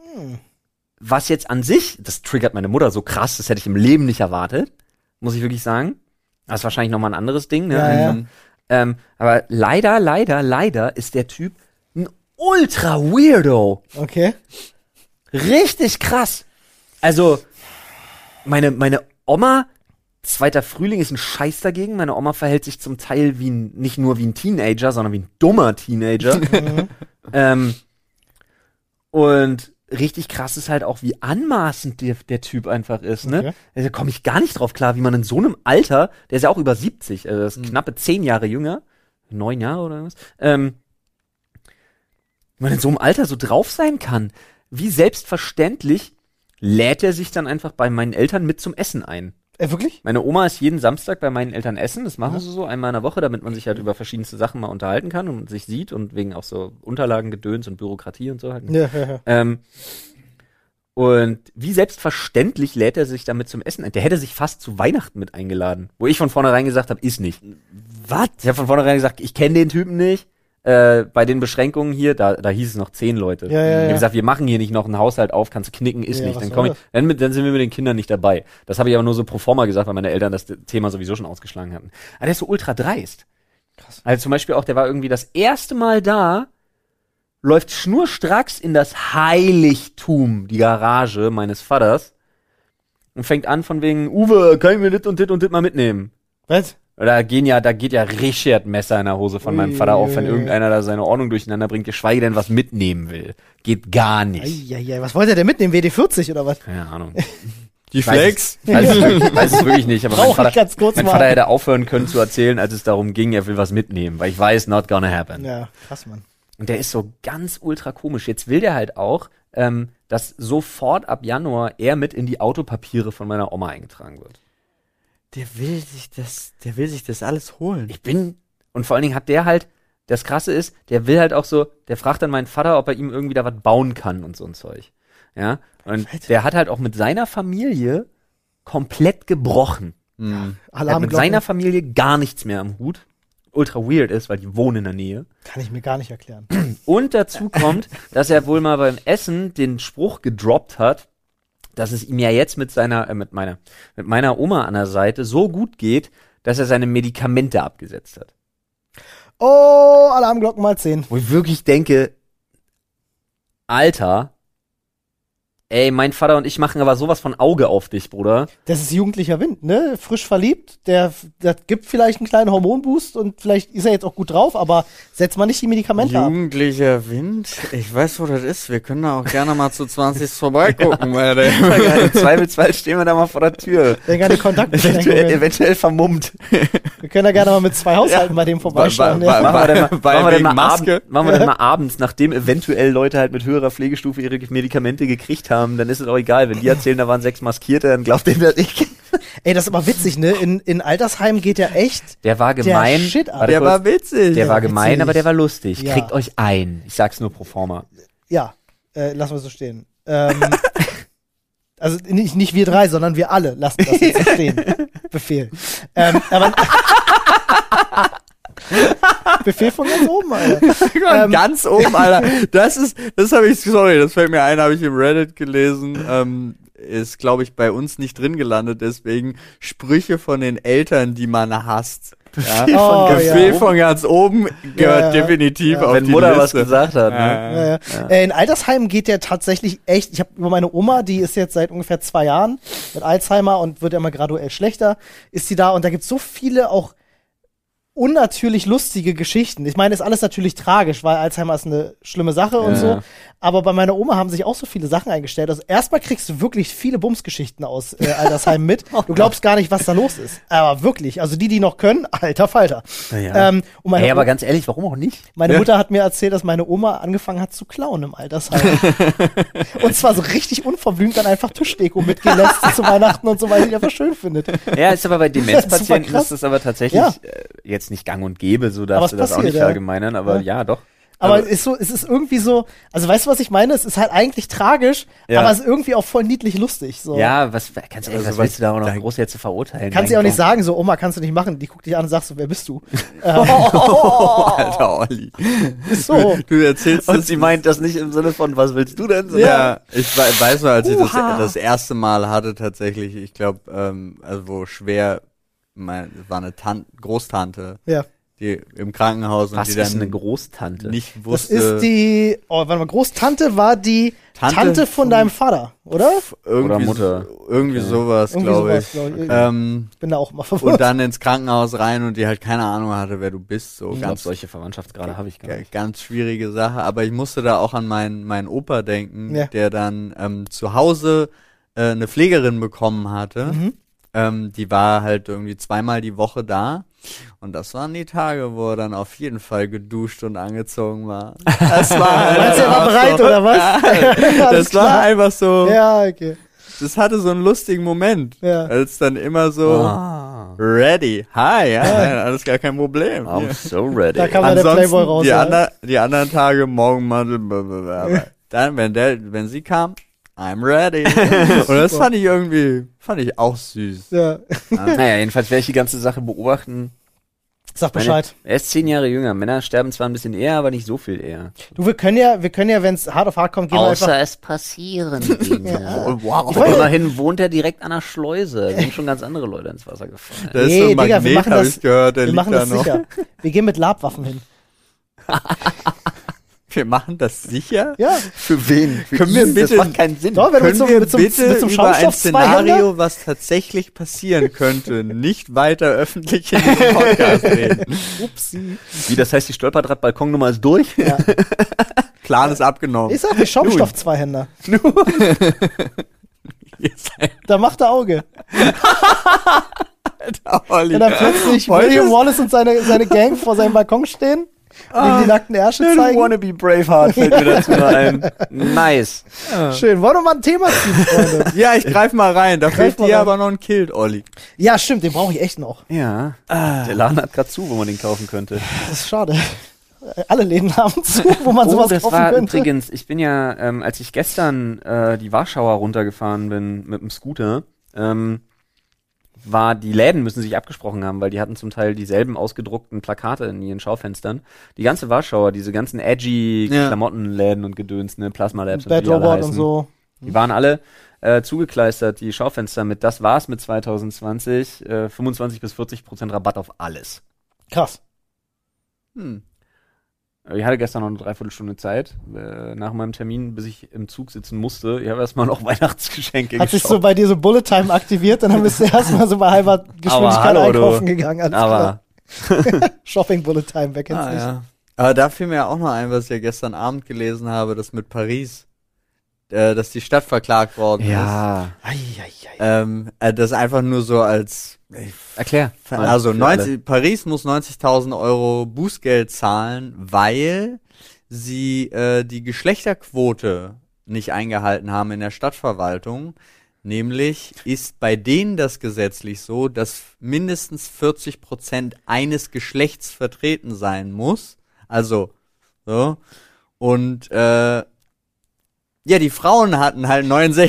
Was jetzt an sich, das triggert meine Mutter so krass, das hätte ich im Leben nicht erwartet, muss ich wirklich sagen. Das ist wahrscheinlich nochmal ein anderes Ding, ne? Ja. Aber leider ist der Typ ein ultra Weirdo. Okay. Richtig krass. Also, meine Oma, zweiter Frühling ist ein Scheiß dagegen. Meine Oma verhält sich zum Teil nicht nur wie ein Teenager, sondern wie ein dummer Teenager. Und richtig krass ist halt auch, wie anmaßend der Typ einfach ist, ne? Okay. Da komme ich gar nicht drauf klar, wie man in so einem Alter, der ist ja auch über 70, also das ist knappe 10 Jahre jünger, 9 Jahre oder was, wie man in so einem Alter so drauf sein kann. Wie selbstverständlich lädt er sich dann einfach bei meinen Eltern mit zum Essen ein. Wirklich? Meine Oma ist jeden Samstag bei meinen Eltern essen. Das machen sie so einmal in der Woche, damit man sich halt über verschiedenste Sachen mal unterhalten kann und sich sieht und wegen auch so Unterlagengedöns und Bürokratie und so halt. Ja. Und wie selbstverständlich lädt er sich damit zum Essen ein. Der hätte sich fast zu Weihnachten mit eingeladen. Wo ich von vornherein gesagt habe, ist nicht. Was? Ich habe von vornherein gesagt, ich kenne den Typen nicht. Bei den Beschränkungen hier, da hieß es noch 10 Leute. Ja. Ich habe gesagt, wir machen hier nicht noch einen Haushalt auf, kannst du knicken, ist Ja, nicht. was Dann soll komme ich, das? dann sind wir mit den Kindern nicht dabei. Das habe ich aber nur so pro forma gesagt, weil meine Eltern das Thema sowieso schon ausgeschlagen hatten. Aber der ist so ultra dreist. Krass. Also zum Beispiel auch, der war irgendwie das erste Mal da, läuft schnurstracks in das Heiligtum, die Garage meines Vaters und fängt an von wegen, Uwe, kann ich mir dit und dit mal mitnehmen? Was? Da geht ja Richard Messer in der Hose von meinem Vater auf, wenn irgendeiner da seine Ordnung durcheinander bringt, geschweige denn was mitnehmen will. Geht gar nicht. Eieiei, was wollte er denn mitnehmen? WD-40 oder was? Keine Ahnung. Die Flex? Weiß es wirklich nicht, aber Brauch ich ganz kurz mein mal. Vater hätte aufhören können zu erzählen, als es darum ging, er will was mitnehmen, weil ich weiß, not gonna happen. Ja, krass, Mann. Und der ist so ganz ultra komisch. Jetzt will der halt auch, dass sofort ab Januar er mit in die Autopapiere von meiner Oma eingetragen wird. Der will sich das alles holen. Und vor allen Dingen hat der halt, das Krasse ist, der will halt auch so, der fragt dann meinen Vater, ob er ihm irgendwie da was bauen kann und so ein Zeug. Ja, und der hat halt auch mit seiner Familie komplett gebrochen. Er hat mit seiner Familie gar nichts mehr am Hut. Ultra weird ist, weil die wohnen in der Nähe. Kann ich mir gar nicht erklären. Und dazu kommt, dass er wohl mal beim Essen den Spruch gedroppt hat, dass es ihm ja jetzt mit meiner Oma an der Seite so gut geht, dass er seine Medikamente abgesetzt hat. Oh, Alarmglocken mal 10. Wo ich wirklich denke, Alter, ey, mein Vater und ich machen aber sowas von Auge auf dich, Bruder. Das ist jugendlicher Wind, ne? Frisch verliebt, das gibt vielleicht einen kleinen Hormonboost und vielleicht ist er jetzt auch gut drauf, aber setzt mal nicht die Medikamente ab. Jugendlicher Wind? Ich weiß, wo das ist. Wir können da auch gerne mal zu 20 vorbeigucken. Im Zweifelsfall stehen wir da mal vor der Tür. Denk an die Kontaktbeschränkungen. Eventuell vermummt. Wir können da gerne mal mit 2 Haushalten bei dem vorbeischauen. Machen wir denn mal abends, nachdem eventuell Leute halt mit höherer Pflegestufe ihre Medikamente gekriegt haben, dann ist es auch egal. Wenn die erzählen, da waren 6 Maskierte, dann glaubt denen das nicht. Ey, das ist aber witzig, ne? In Altersheimen geht ja echt Der war gemein. der Shit ab. Warte Der kurz. war witzig. Der war gemein, witzig. aber der war lustig. Ja. Kriegt euch ein. Ich sag's nur pro forma. Ja, lassen wir so stehen. Also nicht wir 3, sondern wir alle lassen das jetzt so stehen. Befehl. Aber Befehl von ganz oben, Alter. Ganz oben, Alter. Das fällt mir ein, habe ich im Reddit gelesen. Ist, glaube ich, bei uns nicht drin gelandet, deswegen Sprüche von den Eltern, die man hasst. Ja? Befehl von ganz oben gehört definitiv auf Wenn die Mutter Liste. was gesagt hat. Ne? In Altersheimen geht der tatsächlich echt, ich habe über meine Oma, die ist jetzt seit ungefähr 2 Jahren mit Alzheimer und wird ja immer graduell schlechter, ist sie da und da gibt's so viele auch unnatürlich lustige Geschichten. Ich meine, ist alles natürlich tragisch, weil Alzheimer ist eine schlimme Sache und so. Aber bei meiner Oma haben sich auch so viele Sachen eingestellt. Also erstmal kriegst du wirklich viele Bumsgeschichten aus Altersheimen mit. Du glaubst gar nicht, was da los ist. Aber wirklich, also die noch können, alter Falter. Ja. Und meine Aber ganz ehrlich, warum auch nicht? Meine Mutter hat mir erzählt, dass meine Oma angefangen hat zu klauen im Altersheim. Und zwar so richtig unverblümt dann einfach Tischdeko mitgehen lässt zu Weihnachten und so, weil sie die einfach schön findet. Ja, ist aber bei Demenzpatienten Super krass. ist das aber tatsächlich jetzt nicht gang und gäbe, so darfst du das auch passiert, nicht verallgemeinern, aber ja, doch. Aber es ist irgendwie so, also weißt du, was ich meine? Es ist halt eigentlich tragisch, aber es ist irgendwie auch voll niedlich lustig. So. Ja, ganz ehrlich, was willst du da auch noch groß jetzt verurteilen? Kannst du auch nicht sagen, so, Oma, kannst du nicht machen. Die guckt dich an und sagst so, wer bist du? Alter Olli. Ist so. Du erzählst Und das. sie meint das nicht im Sinne von, was willst du denn? Ja, ich weiß noch, als ich das erste Mal hatte tatsächlich, ich glaube, also wo schwer, war eine Großtante, Ja. die im Krankenhaus und Was die ist dann eine Großtante? nicht Das wusste. ist die, warte mal, Großtante war die Tante von deinem Vater, oder? irgendwie Oder Mutter. Irgendwie sowas, Irgendwie glaube sowas, ich. glaub ich. Bin da auch mal Und verwirrt. dann ins Krankenhaus rein und die halt keine Ahnung hatte, wer du bist. So Ich glaube, ganz solche Verwandtschaftsgrade habe ich gar nicht. ganz schwierige Sache. Aber ich musste da auch an meinen Opa denken, Ja. der dann zu Hause eine Pflegerin bekommen hatte. Die war halt irgendwie 2-mal die Woche da. Und das waren die Tage, wo er dann auf jeden Fall geduscht und angezogen war. Das war Meinst du, er war bereit, oder was? Alles das war klar. einfach so, Ja, okay. das hatte so einen lustigen Moment. Ja. Als dann immer so, ready, hi, ja, alles gar kein Problem. I'm so ready. Da kam mal der Playboy raus. die, ja. die anderen Tage, Morgenmantel, dann, wenn sie kam, I'm ready. Und das fand ich auch süß. Ja. Naja, jedenfalls werde ich die ganze Sache beobachten. Sag Bescheid. Er ist 10 Jahre jünger. Männer sterben zwar ein bisschen eher, aber nicht so viel eher. Du, wir können ja, wenn es hart auf hart kommt, gehen wir einfach. es passieren Dinge. Wow. Ich wollte- Immerhin wohnt er direkt an der Schleuse. Da sind schon ganz andere Leute ins Wasser gefallen. Da ist Nee, so ein Digga, wir Magnet, machen hab das- ich gehört, der Wir liegt machen da das noch. sicher. Wir gehen mit Labwaffen hin. Wir machen das sicher? Ja. Für wen? Für Können wir ihn? bitte- Das macht keinen Sinn. Doch, wenn du Können wir mit so bitte einem über ein Schaumstoff-Zweihänder? Szenario, was tatsächlich passieren könnte, nicht weiter öffentlich in diesem Podcast reden? Upsi. Wie, das heißt, die Stolperdraht-Balkonnummer ist durch? Ja. Plan ist abgenommen. Ich sag nicht Schaumstoff-Zweihänder. Ihr seid Da macht er Auge. Olli. Wenn dann plötzlich Wolltest- William Wallace und seine Gang vor seinem Balkon stehen und ihm die nackten Ärsche zeigen. Wannabe Braveheart fällt mir dazu noch ein. Nice. Schön. Wollen wir mal ein Thema ziehen, Freunde? Ja, ich greif mal rein. Da fehlt mal dir rein. aber noch ein Kilt, Olli. Ja, stimmt, den brauche ich echt noch. Ja. Der Laden hat gerade zu, wo man den kaufen könnte. Das ist schade. Alle Läden haben zu, wo man sowas das kaufen war könnte. übrigens, ich bin ja, als ich gestern die Warschauer runtergefahren bin mit dem Scooter, die Läden müssen sich abgesprochen haben, weil die hatten zum Teil dieselben ausgedruckten Plakate in ihren Schaufenstern. Die ganze Warschauer, diese ganzen edgy Ja. Klamottenläden und Gedöns, ne, Plasma Labs und Bad wie die alle Robot heißen. und so. Die waren alle zugekleistert, die Schaufenster mit, das war's mit 2020, 25-40% Rabatt auf alles. Krass. Ich hatte gestern noch eine Dreiviertelstunde Zeit, nach meinem Termin, bis ich im Zug sitzen musste. Ich habe erstmal noch Weihnachtsgeschenke Hat sich geshoppt. so bei dir so Bullet Time aktiviert, dann bist du erstmal so bei halber Geschwindigkeit hallo, du. einkaufen gegangen. Alles Aber klar. Shopping Bullet Time, wer kennt's nicht? Ja. Aber da fiel mir ja auch noch ein, was ich ja gestern Abend gelesen habe, das mit Paris. Dass die Stadt verklagt worden ja, ist. Das einfach nur so als erklär. Also Für alle. Paris muss 90.000 Euro Bußgeld zahlen, weil sie die Geschlechterquote nicht eingehalten haben in der Stadtverwaltung. Nämlich ist bei denen das gesetzlich so, dass mindestens 40% eines Geschlechts vertreten sein muss. Also, so. Und ja, die Frauen hatten halt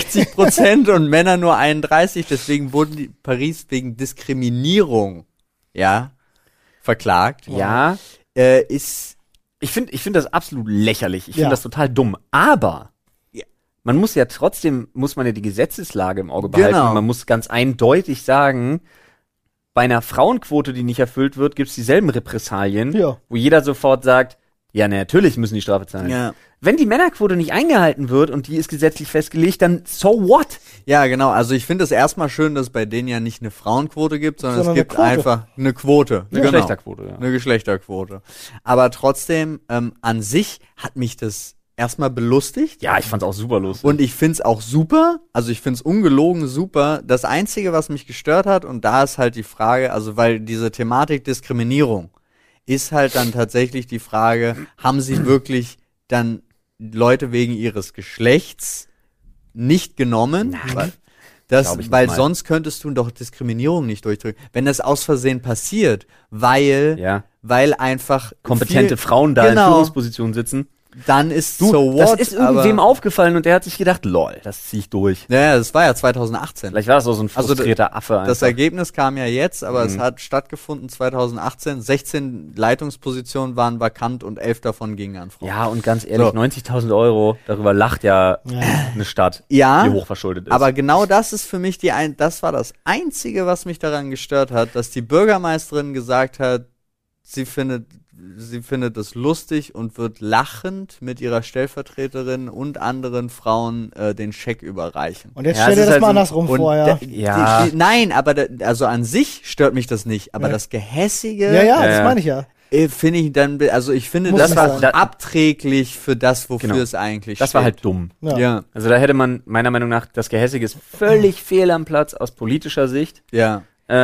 69% und Männer nur 31%, deswegen wurden die Paris wegen Diskriminierung, ja, verklagt. Ja, Ist, ich finde das absolut lächerlich. Ich Ja. finde das total dumm. Aber Ja. man muss ja trotzdem, muss man ja die Gesetzeslage im Auge behalten. Genau. Und man muss ganz eindeutig sagen, bei einer Frauenquote, die nicht erfüllt wird, gibt's dieselben Repressalien, Ja. wo jeder sofort sagt, ja, natürlich müssen die Strafe zahlen. ja. Wenn die Männerquote nicht eingehalten wird und die ist gesetzlich festgelegt, dann so what? Ja, genau. Also ich finde es erstmal schön, dass es bei denen ja nicht eine Frauenquote gibt, sondern Sondern es gibt eine Quote. einfach eine Quote. Eine Geschlechterquote, ja. Eine Geschlechterquote. Aber trotzdem, an sich hat mich das erstmal belustigt. Ja, ich fand's auch super lustig. Und ich find's auch super, also ich find's ungelogen super. Das Einzige, was mich gestört hat, und da ist halt die Frage, also weil diese Thematik Diskriminierung ist halt dann tatsächlich die Frage, haben sie wirklich dann Leute wegen ihres Geschlechts nicht genommen? Nein. Das, Glaub ich nicht weil mal. sonst könntest du doch Diskriminierung nicht durchdrücken. Wenn das aus Versehen passiert, weil ja. einfach Kompetente viel- Frauen da in Genau. Führungspositionen sitzen. dann ist Du, so das what, ist irgendwem aber- aufgefallen und der hat sich gedacht, lol, das zieh ich durch. Ja, das war ja 2018. Vielleicht war das auch so ein Also frustrierter Affe einfach. Das Ergebnis kam ja jetzt, aber Mhm. es hat stattgefunden 2018. 16 Leitungspositionen waren vakant und 11 davon gingen an Frauen. Ja, und ganz ehrlich, So. 90.000 Euro, darüber lacht ja eine Stadt, Ja, die hochverschuldet ist. aber genau das ist für mich das war das Einzige, was mich daran gestört hat, dass die Bürgermeisterin gesagt hat, sie findet es lustig und wird lachend mit ihrer Stellvertreterin und anderen Frauen den Scheck überreichen. Und jetzt Ja, stell es dir ist das halt mal so- andersrum Und vor, ja. Ja. Nein, aber also an sich stört mich das nicht, aber Ja. das Gehässige Ja, das ja. meine ich ja. finde ich dann, also ich finde, Muss das nicht war sein. abträglich für das, wofür Genau. es eigentlich das war steht. halt dumm. Ja. Ja, Also da hätte man, meiner Meinung nach, das Gehässige ist völlig fehl am Platz aus politischer Sicht. ja.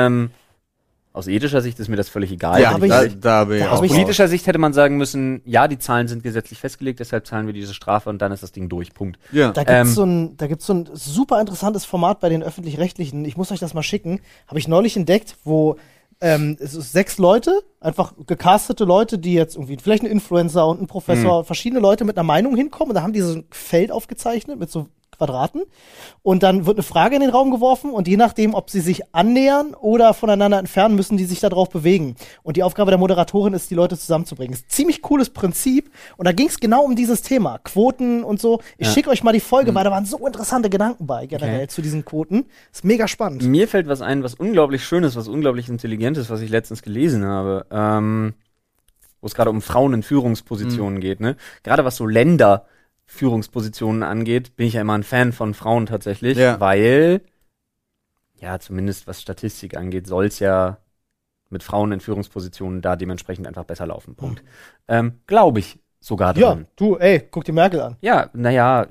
Aus ethischer Sicht ist mir das völlig egal. Ja, aber da, ich- da bin ich da auch Aus hab ich- raus. politischer Sicht hätte man sagen müssen, ja, die Zahlen sind gesetzlich festgelegt, deshalb zahlen wir diese Strafe und dann ist das Ding durch. Punkt. Ja. Da gibt's so ein super interessantes Format bei den Öffentlich-Rechtlichen. Ich muss euch das mal schicken. Habe ich neulich entdeckt, wo es ist 6 Leute, einfach gecastete Leute, die jetzt irgendwie, vielleicht ein Influencer und ein Professor, verschiedene Leute mit einer Meinung hinkommen und da haben die so ein Feld aufgezeichnet mit so Quadraten und dann wird eine Frage in den Raum geworfen und je nachdem, ob sie sich annähern oder voneinander entfernen, müssen die sich da drauf bewegen. Und die Aufgabe der Moderatorin ist, die Leute zusammenzubringen. Ist ein ziemlich cooles Prinzip und da ging es genau um dieses Thema, Quoten und so. Ich schicke euch mal die Folge, weil da waren so interessante Gedanken bei, generell zu diesen Quoten. Ist mega spannend. Mir fällt was ein, was unglaublich Schönes, was unglaublich Intelligentes, was ich letztens gelesen habe. wo es gerade um Frauen in Führungspositionen geht, ne? Gerade was so Länderführungspositionen angeht, bin ich ja immer ein Fan von Frauen tatsächlich, weil, ja, zumindest was Statistik angeht, soll es ja mit Frauen in Führungspositionen da dementsprechend einfach besser laufen. Punkt. Glaube ich sogar Ja, dran. du, ey, guck dir Merkel an. Ja, naja,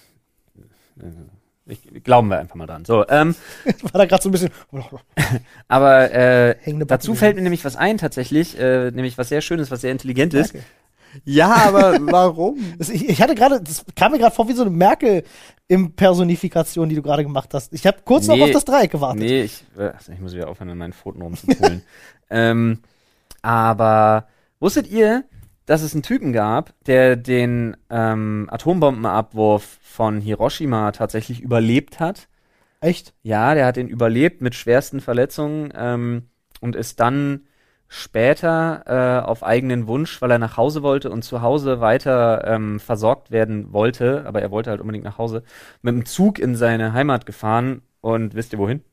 glauben wir einfach mal dran. So, War da gerade so ein bisschen aber hängende dazu Backen. fällt mir nämlich was ein tatsächlich, nämlich was sehr Schönes, was sehr Intelligentes. Merkel. Ja, aber warum? Ich hatte gerade, das kam mir gerade vor wie so eine Merkel-Impersonifikation, die du gerade gemacht hast. Ich habe kurz noch Nee. auf das Dreieck gewartet. Nee, ich muss wieder aufhören, an meinen Pfoten rumzupulen. Aber wusstet ihr, dass es einen Typen gab, der den Atombombenabwurf von Hiroshima tatsächlich überlebt hat? Echt? Ja, der hat den überlebt mit schwersten Verletzungen und ist dann später auf eigenen Wunsch, weil er nach Hause wollte und zu Hause weiter versorgt werden wollte, aber er wollte halt unbedingt nach Hause, mit dem Zug in seine Heimat gefahren und wisst ihr wohin?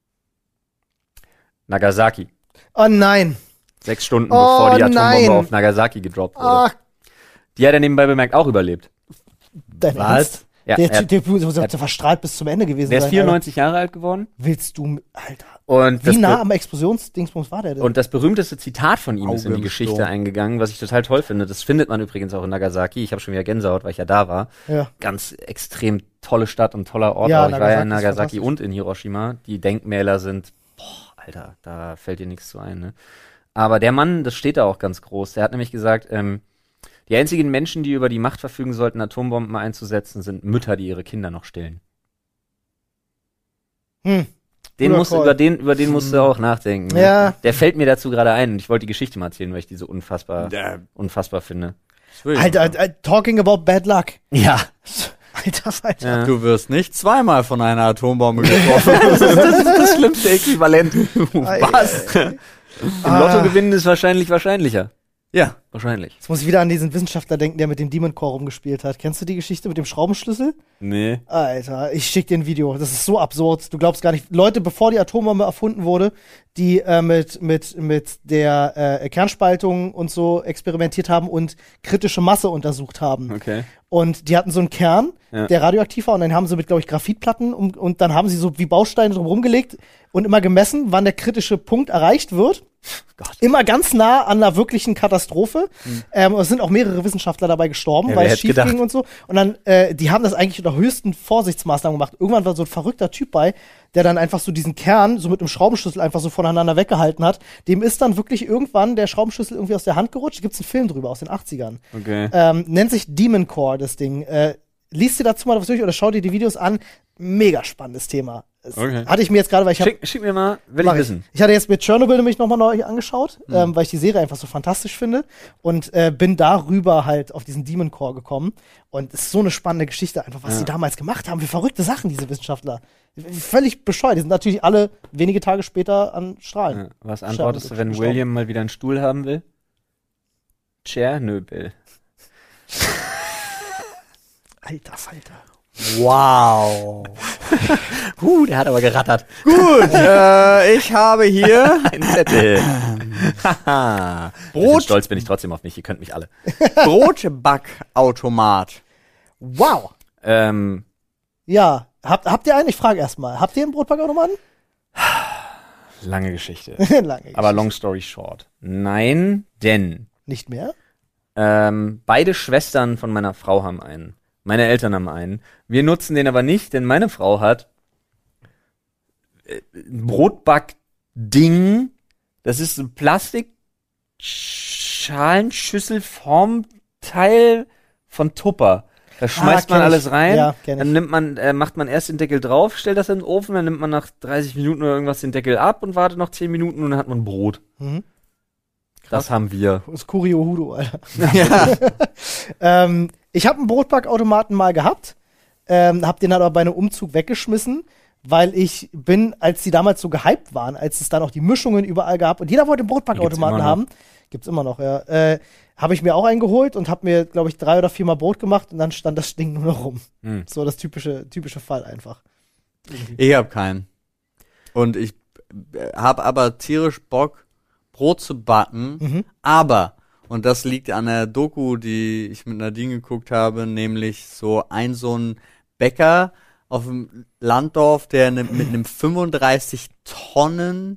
Nagasaki. Oh nein. 6 Stunden Oh, bevor die Atombombe nein. auf Nagasaki gedroppt wurde. Ach, Die hat er nebenbei bemerkt auch überlebt. dein Was? Ernst? Ja, Der er, Typ muss verstrahlt bis zum Ende gewesen der ist sein. 94 Jahre alt geworden. Alter. Willst du, Alter. Und Wie das nah be- am Explosionsdingsbums war der denn? Und das berühmteste Zitat von ihm ist in Auge die im Geschichte Sturm. eingegangen, was ich total toll finde. Das findet man übrigens auch in Nagasaki. Ich habe schon wieder Gänsehaut, weil ich ja da war. Ja. Ganz extrem tolle Stadt und toller Ort. Ja, auch. Ich war ja in Nagasaki ist Nagasaki fantastisch. und in Hiroshima. Die Denkmäler sind, Alter, da fällt dir nichts zu ein. Ne? Aber der Mann, das steht da auch ganz groß. Der hat nämlich gesagt, die einzigen Menschen, die über die Macht verfügen sollten, Atombomben einzusetzen, sind Mütter, die ihre Kinder noch stillen. Guter Call. Über den musst du auch nachdenken. Ne? Ja. Der fällt mir dazu gerade ein und ich wollte die Geschichte mal erzählen, weil ich die so unfassbar finde. Alter, talking about bad luck. Ja. Alter, Alter. Ja. Du wirst nicht zweimal von einer Atombombe getroffen. Das ist das schlimmste Äquivalent. Was? Im Lotto gewinnen ist wahrscheinlich wahrscheinlicher. Ja. Wahrscheinlich. Jetzt muss ich wieder an diesen Wissenschaftler denken, der mit dem Demon Core rumgespielt hat. Kennst du die Geschichte mit dem Schraubenschlüssel? Nee. Alter, ich schick dir ein Video. Das ist so absurd. Du glaubst gar nicht. Leute, bevor die Atombombe erfunden wurde, die mit der Kernspaltung und so experimentiert haben und kritische Masse untersucht haben. Okay. Und die hatten so einen Kern, Ja. der radioaktiv war, und dann haben sie mit, glaube ich, Graphitplatten und dann haben sie so wie Bausteine drum rumgelegt und immer gemessen, wann der kritische Punkt erreicht wird. Gott. Immer ganz nah an einer wirklichen Katastrophe. Es sind auch mehrere Wissenschaftler dabei gestorben, Ja, weil wer es hätte schief gedacht? ging und so. Und dann, die haben das eigentlich unter höchsten Vorsichtsmaßnahmen gemacht. Irgendwann war so ein verrückter Typ bei, der dann einfach so diesen Kern so mit einem Schraubenschlüssel einfach so voneinander weggehalten hat. Dem ist dann wirklich irgendwann der Schraubenschlüssel irgendwie aus der Hand gerutscht. Gibt's einen Film drüber aus den 80ern. Okay. Nennt sich Demon Core, das Ding. Liest dir dazu mal was durch oder schau dir die Videos an. Mega spannendes Thema. Das Okay. hatte ich mir jetzt gerade, weil ich habe Schick mir mal, will ich wissen. ich hatte jetzt mit Chernobyl nämlich nochmal neu angeschaut, weil ich die Serie einfach so fantastisch finde und bin darüber halt auf diesen Demon Core gekommen. Und es ist so eine spannende Geschichte einfach, was Ja. die damals gemacht haben. Wie verrückte Sachen, diese Wissenschaftler. Völlig bescheuert. Die sind natürlich alle wenige Tage später an Strahlen. Ja. Was antwortest du, wenn gestorben. William mal wieder einen Stuhl haben will? Tschernobyl. Alter Falter. Wow. Der hat aber gerattert. Gut, ich habe hier Ein Zettel. Haha. Brot- Stolz bin ich trotzdem auf mich, ihr könnt mich alle. Brotbackautomat. Wow. Ja. Habt ihr einen? Ich frage erstmal. Habt ihr einen Brotbackautomaten? Lange Geschichte. Lange. Aber long story short. Nein, denn Nicht mehr? beide Schwestern von meiner Frau haben einen. Meine Eltern haben einen. Wir nutzen den aber nicht, denn meine Frau hat ein Brotbackding. Das ist ein Plastik-Schalenschüsselformteil von Tupper. Da schmeißt man kenn ich. alles rein. Ja, kenn ich. Dann macht man erst den Deckel drauf, stellt das in den Ofen, dann nimmt man nach 30 Minuten oder irgendwas den Deckel ab und wartet noch 10 Minuten und dann hat man Brot. Mhm. Das haben wir. Das ist Kurio Hudo, Alter. Ja. Ich habe einen Brotbackautomaten mal gehabt, hab den aber bei einem Umzug weggeschmissen, weil ich bin, als die damals so gehypt waren, als es dann auch die Mischungen überall gab und jeder wollte einen Brotbackautomaten Gibt's immer haben, gibt's immer noch, ja, habe ich mir auch einen geholt und habe mir, glaube ich, 3 oder 4 Mal Brot gemacht und dann stand das Ding nur noch rum. Hm. So das typische Fall einfach. Ich habe keinen. Und ich habe aber tierisch Bock, Brot zu backen. Aber, Und das liegt an der Doku, die ich mit Nadine geguckt habe, nämlich so ein Bäcker auf dem Landdorf, der mit einem 35 Tonnen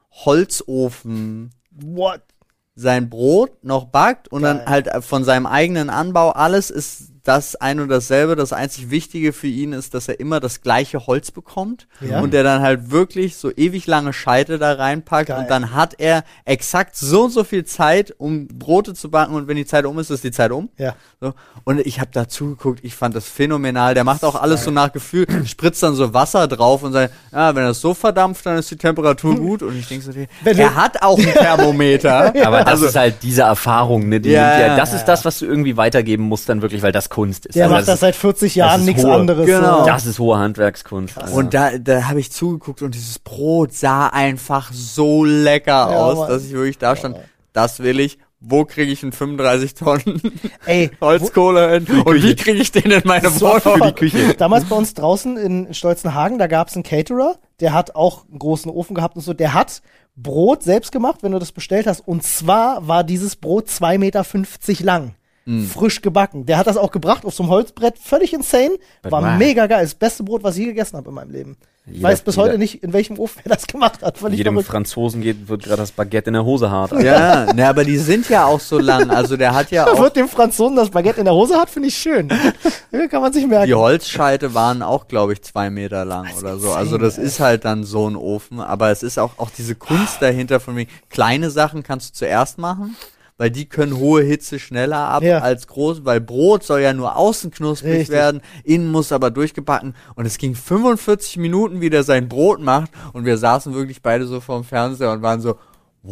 Holzofen What? sein Brot noch backt und Geil. dann halt von seinem eigenen Anbau, alles ist das ein und dasselbe. Das einzig Wichtige für ihn ist, dass er immer das gleiche Holz bekommt Ja. und der dann halt wirklich so ewig lange Scheite da reinpackt Geil. und dann hat er exakt so und so viel Zeit, um Brote zu backen und wenn die Zeit um ist, ist die Zeit um. Ja. So. Und ich habe da zugeguckt, ich fand das phänomenal. Der macht auch alles so nach Gefühl, spritzt dann so Wasser drauf und sagt, wenn das so verdampft, dann ist die Temperatur gut. Und ich denke so, er hat auch ein Thermometer. Aber das Also- ist halt diese Erfahrung, ne? Das ist das, was du irgendwie weitergeben musst dann wirklich, weil das Kunst ist. Der Also macht das seit 40 Jahren ist nichts hohe- anderes. Genau. So. Das ist hohe Handwerkskunst. Also. Und da habe ich zugeguckt und dieses Brot sah einfach so lecker aus, Mann. dass ich wirklich da stand. Das will ich. Wo kriege ich einen 35 Tonnen Ey, Holzkohle hin? Und wie kriege ich den in meine Wohnung? Sofort. Damals bei uns draußen in Stolzenhagen, da gab's einen Caterer, der hat auch einen großen Ofen gehabt und so, der hat Brot selbst gemacht, wenn du das bestellt hast. Und zwar war dieses Brot 2,50 Meter lang. Frisch gebacken. Der hat das auch gebracht auf so einem Holzbrett. Völlig insane. War wow. mega geil. Das beste Brot, was ich je gegessen habe in meinem Leben. Ich weiß bis heute nicht, in welchem Ofen er das gemacht hat. Völlig Jedem verrückt. Franzosen wird gerade das Baguette in der Hose hart. Ja, ne, aber die sind ja auch so lang. Also der hat ja Da auch, wird dem Franzosen das Baguette in der Hose hat, finde ich schön. Ja, kann man sich merken. die Holzscheite waren auch, glaube ich, 2 Meter lang oder so. Also das ist halt dann so ein Ofen. Aber es ist auch diese Kunst dahinter von mir. Kleine Sachen kannst du zuerst machen. Weil die können hohe Hitze schneller ab Ja. als groß, weil Brot soll ja nur außen knusprig Richtig. werden, innen muss aber durchgebacken. Und es ging 45 Minuten, wie der sein Brot macht. Und wir saßen wirklich beide so vorm Fernseher und waren so,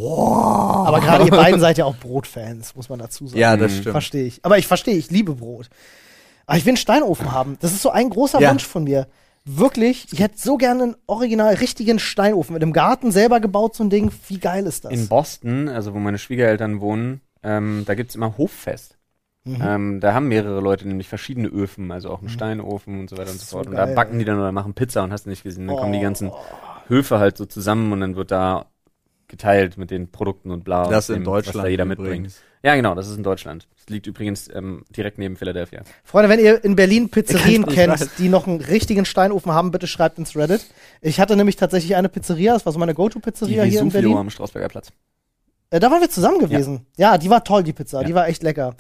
wow. Aber gerade ihr beiden seid ja auch Brotfans, muss man dazu sagen. Ja, das stimmt. Verstehe ich. Aber ich verstehe, ich liebe Brot. Aber ich will einen Steinofen haben. Das ist so ein großer Ja. Wunsch von mir. Wirklich, ich hätte so gerne einen original richtigen Steinofen. Mit dem Garten selber gebaut, so ein Ding. Wie geil ist das? In Boston, also wo meine Schwiegereltern wohnen, da gibt's immer Hoffest. Da haben mehrere Leute nämlich verschiedene Öfen, also auch einen Steinofen und so weiter und so so fort. Und geil, da backen die dann oder machen Pizza und hast du nicht gesehen. Dann kommen die Oh. ganzen Höfe halt so zusammen und dann wird da geteilt mit den Produkten und bla. Das und in dem, was Deutschland da jeder übrigens. mitbringt. Ja, genau, das ist in Deutschland. Das liegt übrigens direkt neben Philadelphia. Freunde, wenn ihr in Berlin Pizzerien Ich kennt, weiß. die noch einen richtigen Steinofen haben, bitte schreibt ins Reddit. Ich hatte nämlich tatsächlich eine Pizzeria, das war so meine Die Go-To-Pizzeria hier in Vesuvio Berlin. am Strausberger Platz. Da waren wir zusammen gewesen. Ja, die war toll, die Pizza. Ja. Die war echt lecker.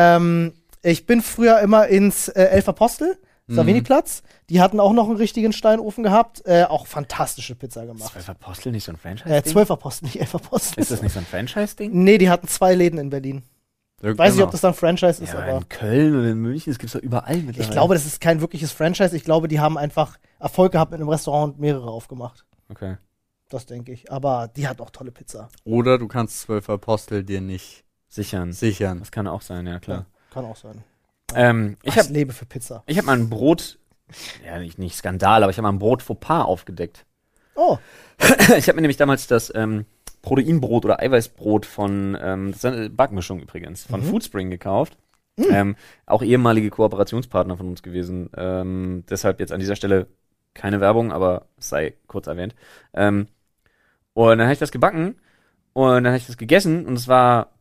Ich bin früher immer ins Elf Apostel, Savini-Platz. Die hatten auch noch einen richtigen Steinofen gehabt. Auch fantastische Pizza gemacht. 12 Apostel, nicht so ein Franchise-Ding? 12 Apostel, nicht 11 Apostel. Ist das nicht so ein Franchise-Ding? Nee, die hatten 2 Läden in Berlin. Weiß nicht, ob das dann Franchise ist, Ja, aber in Köln und in München, das gibt's doch überall mittlerweile. ich glaube, das ist kein wirkliches Franchise. Ich glaube, die haben einfach Erfolg gehabt mit einem Restaurant und mehrere aufgemacht. Okay. Das denke ich. Aber die hat auch tolle Pizza. Oder du kannst 12 Apostel dir nicht Sichern. sichern. Das kann auch sein, ja klar. Kann auch sein. Ich Ich habe lebe für Pizza. ich hab mal ein Brot, ja nicht Skandal, aber ich habe mal ein Brot Fauxpas aufgedeckt. Oh, Ich habe mir nämlich damals das Proteinbrot oder Eiweißbrot von, das ist eine Backmischung übrigens, von Foodspring gekauft. Auch ehemalige Kooperationspartner von uns gewesen. Deshalb jetzt an dieser Stelle keine Werbung, aber es sei kurz erwähnt. Und dann habe ich das gebacken und dann habe ich das gegessen und es war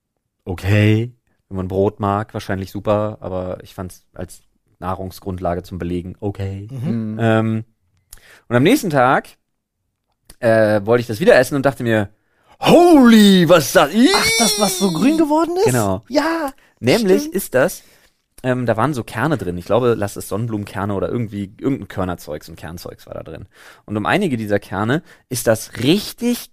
okay. Wenn man Brot mag, wahrscheinlich super, aber ich fand es als Nahrungsgrundlage zum Belegen okay. Mhm. Und am nächsten Tag wollte ich das wieder essen und dachte mir, holy, was ist das? ach, das, was so grün geworden ist? Genau. Ja. Nämlich stimmt. ist das, da waren so Kerne drin. Ich glaube, lass es Sonnenblumenkerne oder irgendein Körnerzeugs und Kernzeugs war da drin. Und um einige dieser Kerne ist das richtig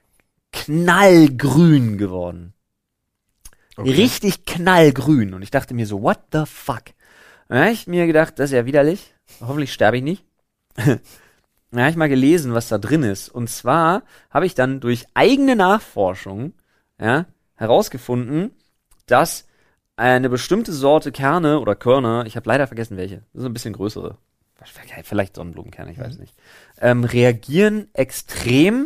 knallgrün geworden. Okay. Richtig knallgrün. Und ich dachte mir so, what the fuck? Dann habe ich mir gedacht, das ist ja widerlich. Hoffentlich sterbe ich nicht. Dann habe ich mal gelesen, was da drin ist. Und zwar habe ich dann durch eigene Nachforschung herausgefunden, dass eine bestimmte Sorte Kerne oder Körner, ich habe leider vergessen welche, das ist ein bisschen größere, vielleicht Sonnenblumenkerne, ich weiß nicht, reagieren extrem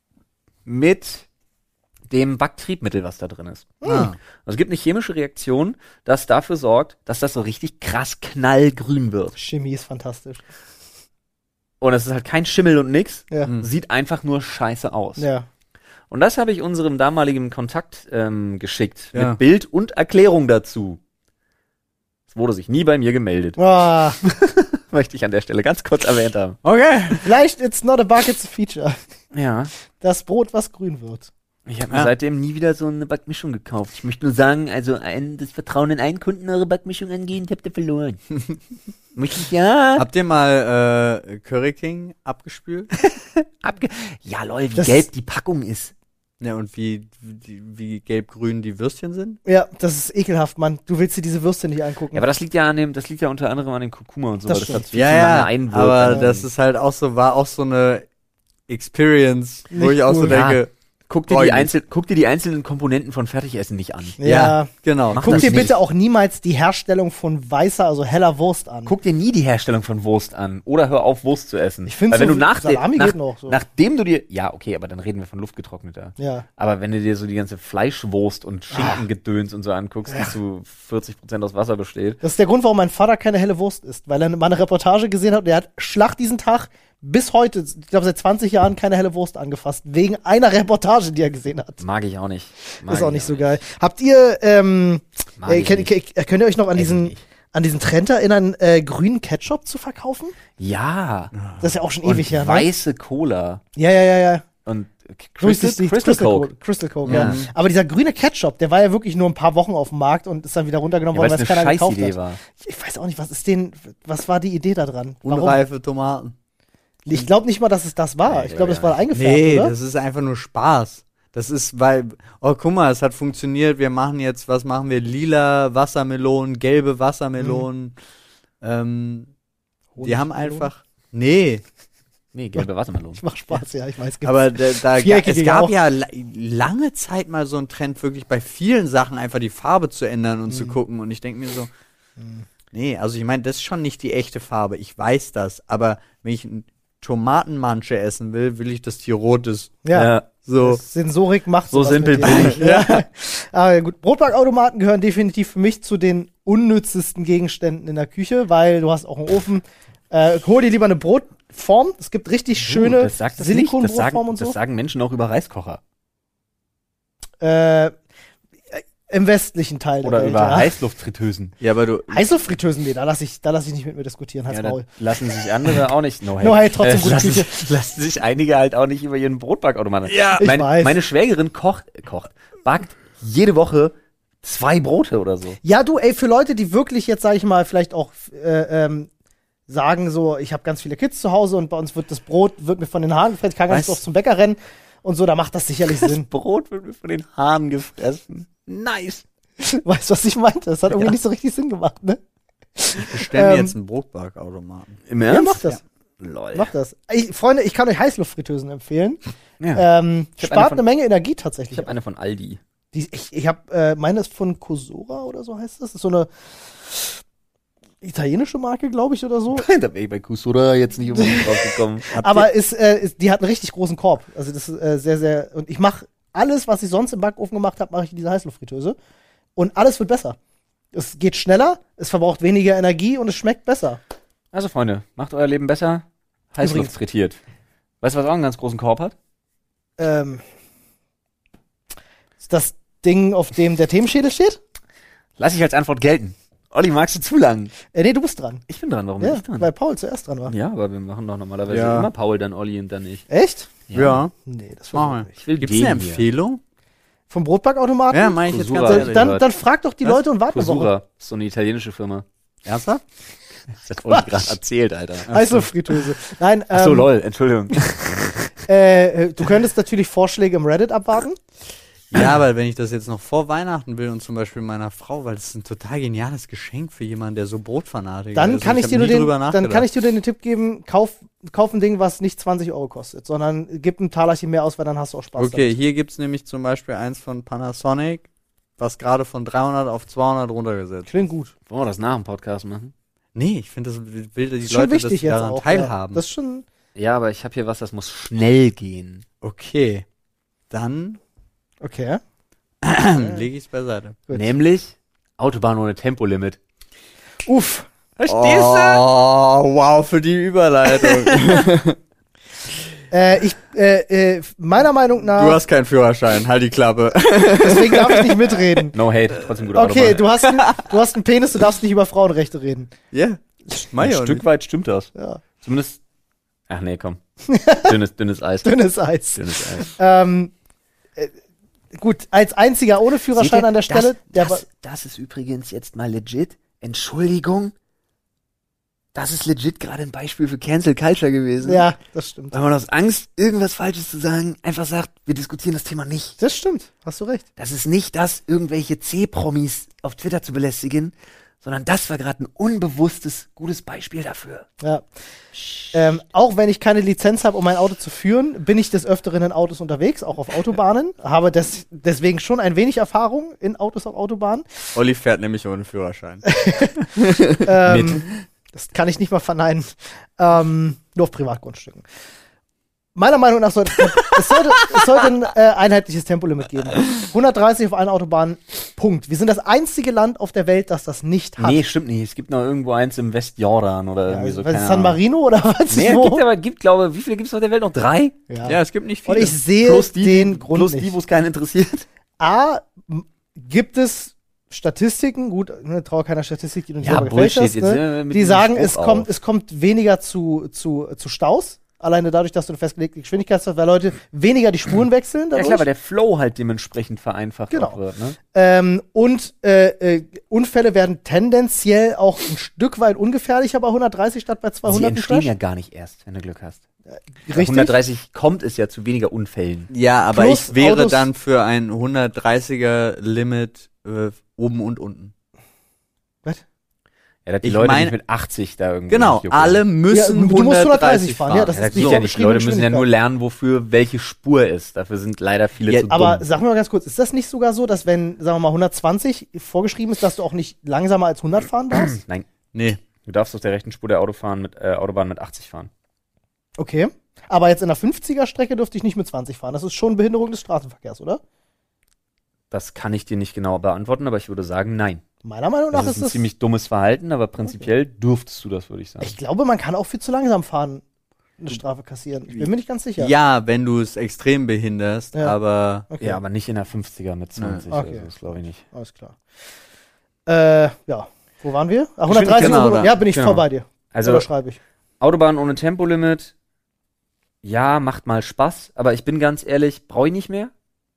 mit dem Backtriebmittel, was da drin ist. Ah. Also es gibt eine chemische Reaktion, das dafür sorgt, dass das so richtig krass knallgrün wird. Chemie ist fantastisch. Und es ist halt kein Schimmel und nix, Ja. sieht einfach nur scheiße aus. Ja. Und das habe ich unserem damaligen Kontakt geschickt. Ja. Mit Bild und Erklärung dazu. Es wurde sich nie bei mir gemeldet. Ah, Möchte ich an der Stelle ganz kurz erwähnt haben. Okay. vielleicht it's not a bug, it's a feature. Ja. Das Brot, was grün wird. Ich habe mir seitdem nie wieder so eine Backmischung gekauft. Ich möchte nur sagen, also das Vertrauen in einen Kunden eure Backmischung angehend habt ihr verloren. Möchte ich ja. Habt ihr mal Curry King abgespült? Ja, lol, wie Das- gelb die Packung ist. Ja, und wie gelb-grün die Würstchen sind? Ja, das ist ekelhaft, Mann. Du willst dir diese Würste nicht angucken. Ja, aber das liegt ja unter anderem an dem Kurkuma und so, Das weil das stimmt. hat viel zu lange einwirkt. aber das ist halt auch so, war auch so eine Experience, wo Nicht ich auch so cool. denke, Guck dir die einzelnen Komponenten von Fertigessen nicht an. ja. genau. Mach Guck das dir nicht. bitte auch niemals die Herstellung von weißer, also heller Wurst an. Guck dir nie die Herstellung von Wurst an. Oder hör auf, Wurst zu essen. Ich finde Weil wenn so du nach Salami geht noch so. nachdem du dir, ja, okay, aber dann reden wir von luftgetrockneter. Ja. Aber wenn du dir so die ganze Fleischwurst und Schinkengedöns und so anguckst, die zu 40% aus Wasser besteht. Das ist der Grund, warum mein Vater keine helle Wurst isst. Weil er mal eine Reportage gesehen hat und er hat Schlacht diesen Tag bis heute, ich glaube seit 20 Jahren, keine helle Wurst angefasst. Wegen einer Reportage, die er gesehen hat. Mag ich auch nicht. Ist auch nicht so geil. Habt ihr, Mag ich könnt ihr euch noch an diesen Trend erinnern, grünen Ketchup zu verkaufen? Ja. Das ist ja auch schon Und ewig her, ne? weiße Cola. Ja. Und Crystal Coke, ja. Aber dieser grüne Ketchup, der war ja wirklich nur ein paar Wochen auf dem Markt und ist dann wieder runtergenommen Ja, weil worden, es weil es eine keiner gekauft Scheißidee hat. war. Ich weiß auch nicht, was war die Idee da dran? Unreife Tomaten. Ich glaube nicht mal, dass es das war. Ich glaube, das war eingefärbt, Nee, oder? das ist einfach nur Spaß. Das ist, weil, oh, guck mal, es hat funktioniert, wir machen jetzt, was machen wir? Lila Wassermelonen, gelbe Wassermelonen. Die haben Honigmelonen? einfach, nee, Nee, gelbe Wassermelone. Ich mach Spaß, ja, ich weiß. gibt's. aber Viereckige es gab auch. ja lange Zeit mal so einen Trend, wirklich bei vielen Sachen einfach die Farbe zu ändern und zu gucken. Und ich denke mir so, nee, also ich meine, das ist schon nicht die echte Farbe, ich weiß das, aber wenn ich ein Tomatenmanche essen will ich, dass die rot ist. Ja, So. Sensorik macht So sowas simpel mit dir. bin ich. Ja. Aber gut, Brotbackautomaten gehören definitiv für mich zu den unnützesten Gegenständen in der Küche, weil du hast auch einen Ofen. Hol dir lieber eine Brotform. Es gibt richtig schöne das sagt das nicht. Silikonbrotformen und so. Das sagen Menschen auch über Reiskocher. Im westlichen Teil Oder der Welt, über ja. Heißluftfritteusen. Ja, aber du, Heißluftfritteusen, nee, da lass ich nicht mit mir diskutieren, Hans Ja, da Maul. lassen sich andere auch nicht. No hate, trotzdem gute lassen, Küche. lassen sich einige halt auch nicht über ihren Brotbackautomaten. Ja, ich weiß. Meine Schwägerin backt jede Woche 2 Brote oder so. Ja, du, ey, für Leute, die wirklich jetzt, sag ich mal, vielleicht auch sagen so, ich habe ganz viele Kids zu Hause und bei uns wird mir von den Haaren gefressen, ich kann ganz Was? oft zum Bäcker rennen und so, da macht das sicherlich Sinn. Brot wird mir von den Haaren gefressen. Nice. Weißt du, was ich meinte? Das hat irgendwie nicht so richtig Sinn gemacht, ne? bestellen jetzt einen Brotbackautomaten. Im Ja, Ernst? mach das. Lol. Mach das. Freunde, ich kann euch Heißluftfritteusen empfehlen. Ja. Ich hab eine Spart von- eine Menge Energie tatsächlich. Ich habe eine von Aldi. Ich habe, meine ist von Cosora oder so heißt das. Das ist so eine italienische Marke, glaube ich, oder so. Da wäre ich bei Kusura jetzt nicht unbedingt draufgekommen. Aber die hat einen richtig großen Korb. Also das ist sehr, sehr. Und ich mache alles, was ich sonst im Backofen gemacht habe, mache ich in dieser Heißluftfritteuse. Und alles wird besser. Es geht schneller, es verbraucht weniger Energie und es schmeckt besser. Also Freunde, macht euer Leben besser. Heißluft frittiert. Weißt du, was auch einen ganz großen Korb hat? Ist das Ding, auf dem der Themenschädel steht? Lass ich als Antwort gelten. Olli, magst du zu lang? Nee, du bist dran. Ich bin dran, warum Ja, bin ich dran? weil Paul zuerst dran war. Ja, aber wir machen doch normalerweise Ja. immer Paul, dann Olli und dann ich. Echt? Ja. Nee, das Mach war mal. nicht. Ich will Gibt's den eine hier. Empfehlung? Vom Brotbackautomaten? Ja, meine ich jetzt Cosura. ganz ehrlich. Dann frag doch die Was? Leute und warte eine Woche. Cosura, ist so eine italienische Firma. Ernsthaft? Das hat Olli gerade erzählt, Alter. Heißluftfritteuse. Nein, Achso, lol, Entschuldigung. du könntest natürlich Vorschläge im Reddit abwarten. Ja, aber wenn ich das jetzt noch vor Weihnachten will und zum Beispiel meiner Frau, weil das ist ein total geniales Geschenk für jemanden, der so Brotfanatiker Dann ist. kann ich hab dir nie nur drüber dann nachgedacht. kann ich dir den Tipp geben, kauf ein Ding, was nicht 20 Euro kostet, sondern gib ein Talerchen mehr aus, weil dann hast du auch Spaß. Okay, hier gibt's nämlich zum Beispiel eins von Panasonic, was gerade von 300 auf 200 runtergesetzt. Damit. Klingt gut. Wollen wir das nach dem Podcast machen? Nee, ich finde, das will die Das ist schon Leute, dass wichtig sie jetzt daran auch. teilhaben. Ja. Das ist schon. Ja, aber ich habe hier was, das muss schnell gehen. Okay, dann Okay. lege ich es beiseite. Gut. Nämlich Autobahn ohne Tempolimit. Uff. Verstehst Oh, wow, für die Überleitung. Meiner Meinung nach. Du hast keinen Führerschein, halt die Klappe. Deswegen darf ich nicht mitreden. No hate, trotzdem gute Okay, Autobahn. du hast einen Penis, du darfst nicht über Frauenrechte reden. Ja, Ein Stück weit stimmt das. Ja. Zumindest. Ach nee, komm. Dünnes Eis. Dünnes Eis. Dünnes Eis. Gut, als einziger ohne Führerschein Seht ihr, an der Stelle. das ist übrigens jetzt mal legit. Entschuldigung. Das ist legit gerade ein Beispiel für Cancel Culture gewesen. Ja, das stimmt. Weil man aus Angst, irgendwas Falsches zu sagen, einfach sagt, wir diskutieren das Thema nicht. Das stimmt, hast du recht. Das ist nicht das, irgendwelche C-Promis auf Twitter zu belästigen, sondern das war gerade ein unbewusstes, gutes Beispiel dafür. Ja. Auch wenn ich keine Lizenz habe, um mein Auto zu führen, bin ich des Öfteren in Autos unterwegs, auch auf Autobahnen. Habe deswegen schon ein wenig Erfahrung in Autos auf Autobahnen. Olli fährt nämlich ohne Führerschein. Das kann ich nicht mal verneinen. Nur auf Privatgrundstücken. Meiner Meinung nach sollte es sollte ein einheitliches Tempolimit geben. 130 auf allen Autobahnen, Punkt. Wir sind das einzige Land auf der Welt, das das nicht hat. Nee, stimmt nicht. Es gibt noch irgendwo eins im Westjordan oder irgendwie so. Was, keine San Ahnung. Marino oder was? Nee, Wo? gibt, glaube wie viele gibt es auf der Welt? Noch 3? Ja, es gibt nicht Und viele. ich sehe Plus den Grund plus nicht. die, wo es keinen interessiert. Gibt es Statistiken, gut, ne, traue keiner Statistik, die du nicht Ja, selber gefälscht Bullshit, hast, jetzt, ne? mit Die diesem sagen, Spruch es kommt weniger zu Staus, alleine dadurch, dass du eine festgelegte Geschwindigkeit hast, weil Leute weniger die Spuren wechseln Ja dadurch. klar, weil der Flow halt dementsprechend vereinfacht Genau. auch wird, ne? Und Unfälle werden tendenziell auch ein Stück weit ungefährlicher bei 130 statt bei Sie 200 entstehen ja gar nicht erst, wenn du Glück hast. Bei Richtig? 130 kommt es ja zu weniger Unfällen. Ja, aber Plus ich wäre Autos- dann für ein 130er Limit oben und unten. Was? Ja, dass die Ich Leute meine- nicht mit 80 da irgendwie Genau, nicht juckeln. alle müssen Ja, du musst 130 fahren. fahren, ja, das Ja, das ist die geht ja nicht. Die vorgeschriebene Leute müssen ja nur Geschwindigkeit. lernen, wofür welche Spur ist. Dafür sind leider viele Ja, zu dumm. Aber sag mir mal ganz kurz, ist das nicht sogar so, dass wenn, sagen wir mal, 120 vorgeschrieben ist, dass du auch nicht langsamer als 100 fahren darfst? Nein, Nee. du darfst auf der rechten Spur der Autobahn mit 80 fahren. Okay. Aber jetzt in der 50er-Strecke dürfte ich nicht mit 20 fahren. Das ist schon Behinderung des Straßenverkehrs, oder? Das kann ich dir nicht genau beantworten, aber ich würde sagen, nein. Meiner Meinung nach Das ist ist ein das. ziemlich dummes Verhalten, aber prinzipiell dürftest du das, würde ich sagen. Ich glaube, man kann auch viel zu langsam fahren, eine Strafe kassieren. Ich bin mir nicht ganz sicher. Ja, wenn du es extrem behinderst, Ja. aber Okay. Ja, aber nicht in der 50er mit 20. Okay. Also das glaube ich nicht. Alles klar. Ja. Wo waren wir? 130 Genau, oder? da. Ja, bin ich Genau. voll bei dir. Also Oder schreibe ich. Autobahn ohne Tempolimit, ja, macht mal Spaß, aber ich bin ganz ehrlich, brauche ich nicht mehr.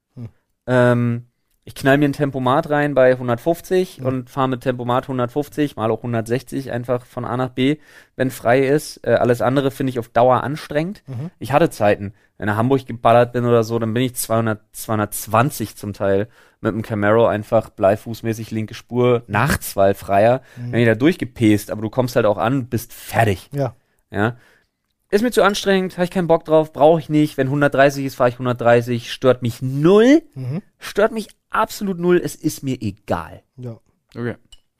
Ich knall mir ein Tempomat rein bei 150 und fahre mit Tempomat 150, mal auch 160 einfach von A nach B, wenn frei ist. Alles andere finde ich auf Dauer anstrengend. Ich hatte Zeiten, wenn nach Hamburg geballert bin oder so, dann bin ich 220 zum Teil mit dem Camaro einfach bleifußmäßig linke Spur, nachts, weil freier, wenn ich da durchgepest, aber du kommst halt auch an, bist fertig. Ja. Ja. Ist mir zu anstrengend, habe ich keinen Bock drauf, brauche ich nicht. Wenn 130 ist, fahre ich 130. Stört mich null. Stört mich absolut null. Es ist mir egal. Ja. okay.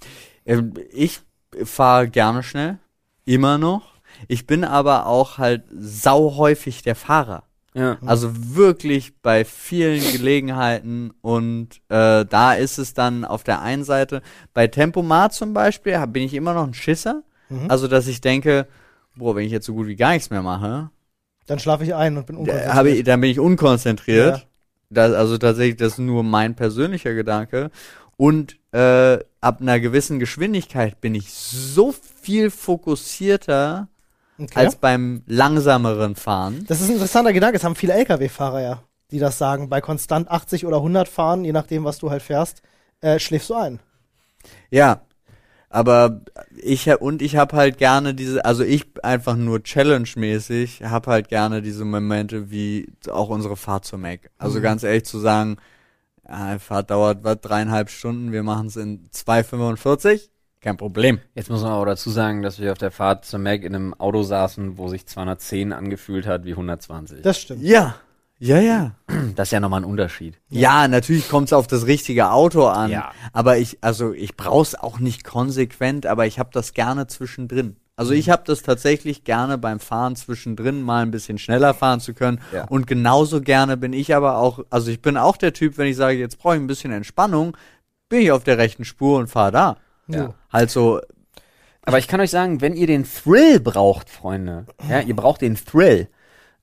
Ich fahre gerne schnell, immer noch. Ich bin aber auch halt sauhäufig der Fahrer. Ja. Also wirklich bei vielen Gelegenheiten und da ist es dann auf der einen Seite, bei Tempomat zum Beispiel, bin ich immer noch ein Schisser. Also, dass ich denke, boah, wenn ich jetzt so gut wie gar nichts mehr mache, Dann schlafe ich ein und bin unkonzentriert. dann bin ich unkonzentriert. Ja. Also tatsächlich, das ist nur mein persönlicher Gedanke. Und ab einer gewissen Geschwindigkeit bin ich so viel fokussierter Okay. als beim langsameren Fahren. Das ist ein interessanter Gedanke. Das haben viele LKW-Fahrer ja, die das sagen. Bei konstant 80 oder 100 fahren, je nachdem, was du halt fährst, schläfst du ein. Ja, aber ich habe halt gerne also ich einfach nur Challenge-mäßig, habe halt gerne diese Momente wie auch unsere Fahrt zur Mac. Also ganz ehrlich zu sagen, die Fahrt dauert 3,5 Stunden, wir machen es in 2,45, kein Problem. Jetzt muss man aber dazu sagen, dass wir auf der Fahrt zur Mac in einem Auto saßen, wo sich 210 angefühlt hat wie 120. Das stimmt. Ja. Das ist ja nochmal ein Unterschied. Ja, natürlich kommt es auf das richtige Auto an. Ja. Aber ich brauch's auch nicht konsequent, aber ich habe das gerne zwischendrin. Also ich habe das tatsächlich gerne beim Fahren zwischendrin mal ein bisschen schneller fahren zu können. Ja. Und genauso gerne bin ich aber auch, also ich bin auch der Typ, wenn ich sage, jetzt brauche ich ein bisschen Entspannung, bin ich auf der rechten Spur und fahre da. Ja. Halt so, Aber ich kann euch sagen, wenn ihr den Thrill braucht, Freunde, ja, ihr braucht den Thrill,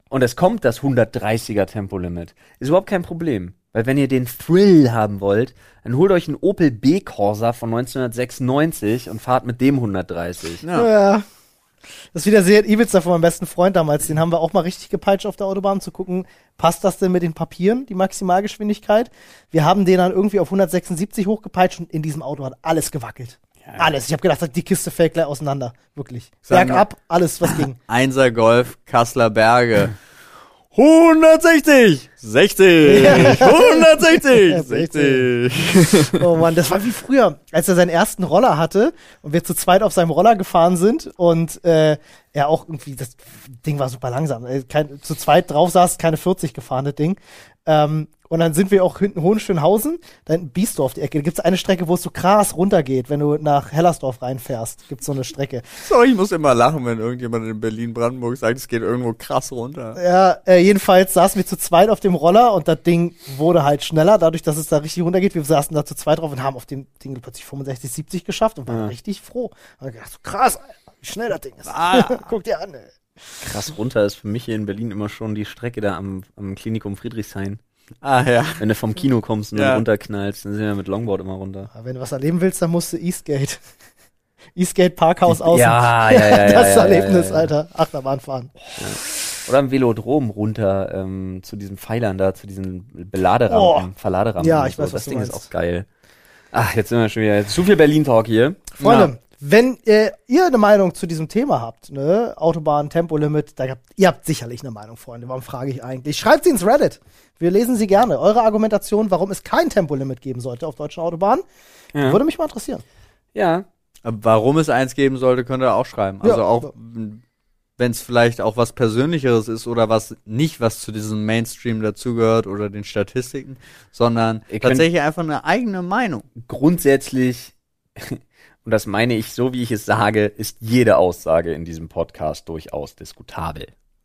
und es kommt das 130er Tempolimit, ist überhaupt kein Problem. Weil wenn ihr den Thrill haben wollt, dann holt euch einen Opel B-Corsa von 1996 und fahrt mit dem 130. Ja. Das ist wieder sehr Ibiza von meinem besten Freund damals. Den haben wir auch mal richtig gepeitscht auf der Autobahn, um zu gucken, passt das denn mit den Papieren, die Maximalgeschwindigkeit? Wir haben den dann irgendwie auf 176 hochgepeitscht und in diesem Auto hat alles gewackelt. Ja. Alles. Ich habe gedacht, die Kiste fällt gleich auseinander. Wirklich. Bergab, alles, was ging. 1er Golf, Kasseler Berge. 160! 60! Ja. 160! 60! Oh Mann, das war wie früher, als er seinen ersten Roller hatte und wir zu zweit auf seinem Roller gefahren sind und er auch irgendwie, das Ding war super langsam. Zu zweit drauf saß, keine 40 gefahren, das Ding. Und dann sind wir auch hinten Hohenschönhausen, da hinten Biesdorf, die Ecke. Da gibt's eine Strecke, wo es so krass runtergeht, wenn du nach Hellersdorf reinfährst. Gibt's so eine Strecke. Sorry, ich muss immer lachen, wenn irgendjemand in Berlin-Brandenburg sagt, es geht irgendwo krass runter. Ja, jedenfalls saßen wir zu zweit auf dem Roller und das Ding wurde halt schneller, dadurch, dass es da richtig runtergeht. Wir saßen da zu zweit drauf und haben auf dem Ding plötzlich 65, 70 geschafft und waren richtig froh. Und ich gedacht, so krass, Alter, wie schnell das Ding ist. Guck dir an, ey. Krass runter ist für mich hier in Berlin immer schon die Strecke da am Klinikum Friedrichshain. Ah, ja. Wenn du vom Kino kommst und Ja. dann runterknallst, dann sind wir mit Longboard immer runter. Aber wenn du was erleben willst, dann musst du Eastgate. Eastgate Parkhaus außen. Ja. Das ja, Erlebnis, ja. Alter. Achterbahn fahren. Oder am Velodrom runter zu diesen Pfeilern da, zu diesen Beladerampen, Verladerampen. Ja, und ich so. weiß, was Das du Ding meinst. ist auch geil. Ach, jetzt sind wir schon wieder zu viel Berlin-Talk hier. Freunde, wenn ihr eine Meinung zu diesem Thema habt, ne, Autobahn, Tempolimit, ihr habt sicherlich eine Meinung, Freunde. Warum frage ich eigentlich? Schreibt sie ins Reddit. Wir lesen sie gerne. Eure Argumentation, warum es kein Tempolimit geben sollte auf deutschen Autobahnen, Ja. würde mich mal interessieren. Ja. Warum es eins geben sollte, könnt ihr auch schreiben. Also Ja. auch, wenn es vielleicht auch was Persönlicheres ist oder was zu diesem Mainstream dazugehört oder den Statistiken, sondern Ihr könnt- tatsächlich einfach eine eigene Meinung. Grundsätzlich, und das meine ich so, wie ich es sage, ist jede Aussage in diesem Podcast durchaus diskutabel.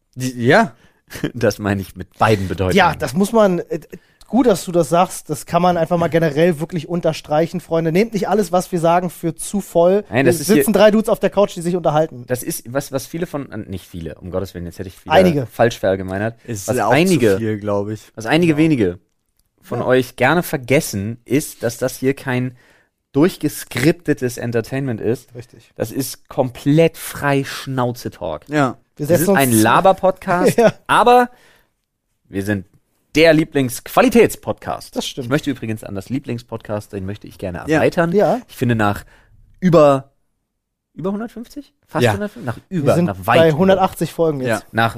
Ja. Das meine ich mit beiden Bedeutungen. Ja, das muss man, gut, dass du das sagst, das kann man einfach mal generell wirklich unterstreichen, Freunde. Nehmt nicht alles, was wir sagen, für zu voll. Nein, das Es ist sitzen 3 Dudes auf der Couch, die sich unterhalten. Das ist, was viele nicht viele, um Gottes Willen, jetzt hätte ich wieder Einige. falsch verallgemeinert. Ist Was auch einige, zu viel, glaube ich. was einige wenige von euch gerne vergessen, ist, dass das hier kein durchgeskriptetes Entertainment ist. Richtig. Das ist komplett frei Schnauze-Talk. Ja. Wir Das ist ein Laber-Podcast, Ja. aber wir sind der Lieblingsqualitätspodcast. Das stimmt. Ich möchte übrigens an das Lieblingspodcast, den möchte ich gerne Ja. erweitern. Ja. Ich finde nach über 150? Fast Ja. 150? Nach Wir über, sind nach weit bei über. 180 Folgen jetzt. Ja. Nach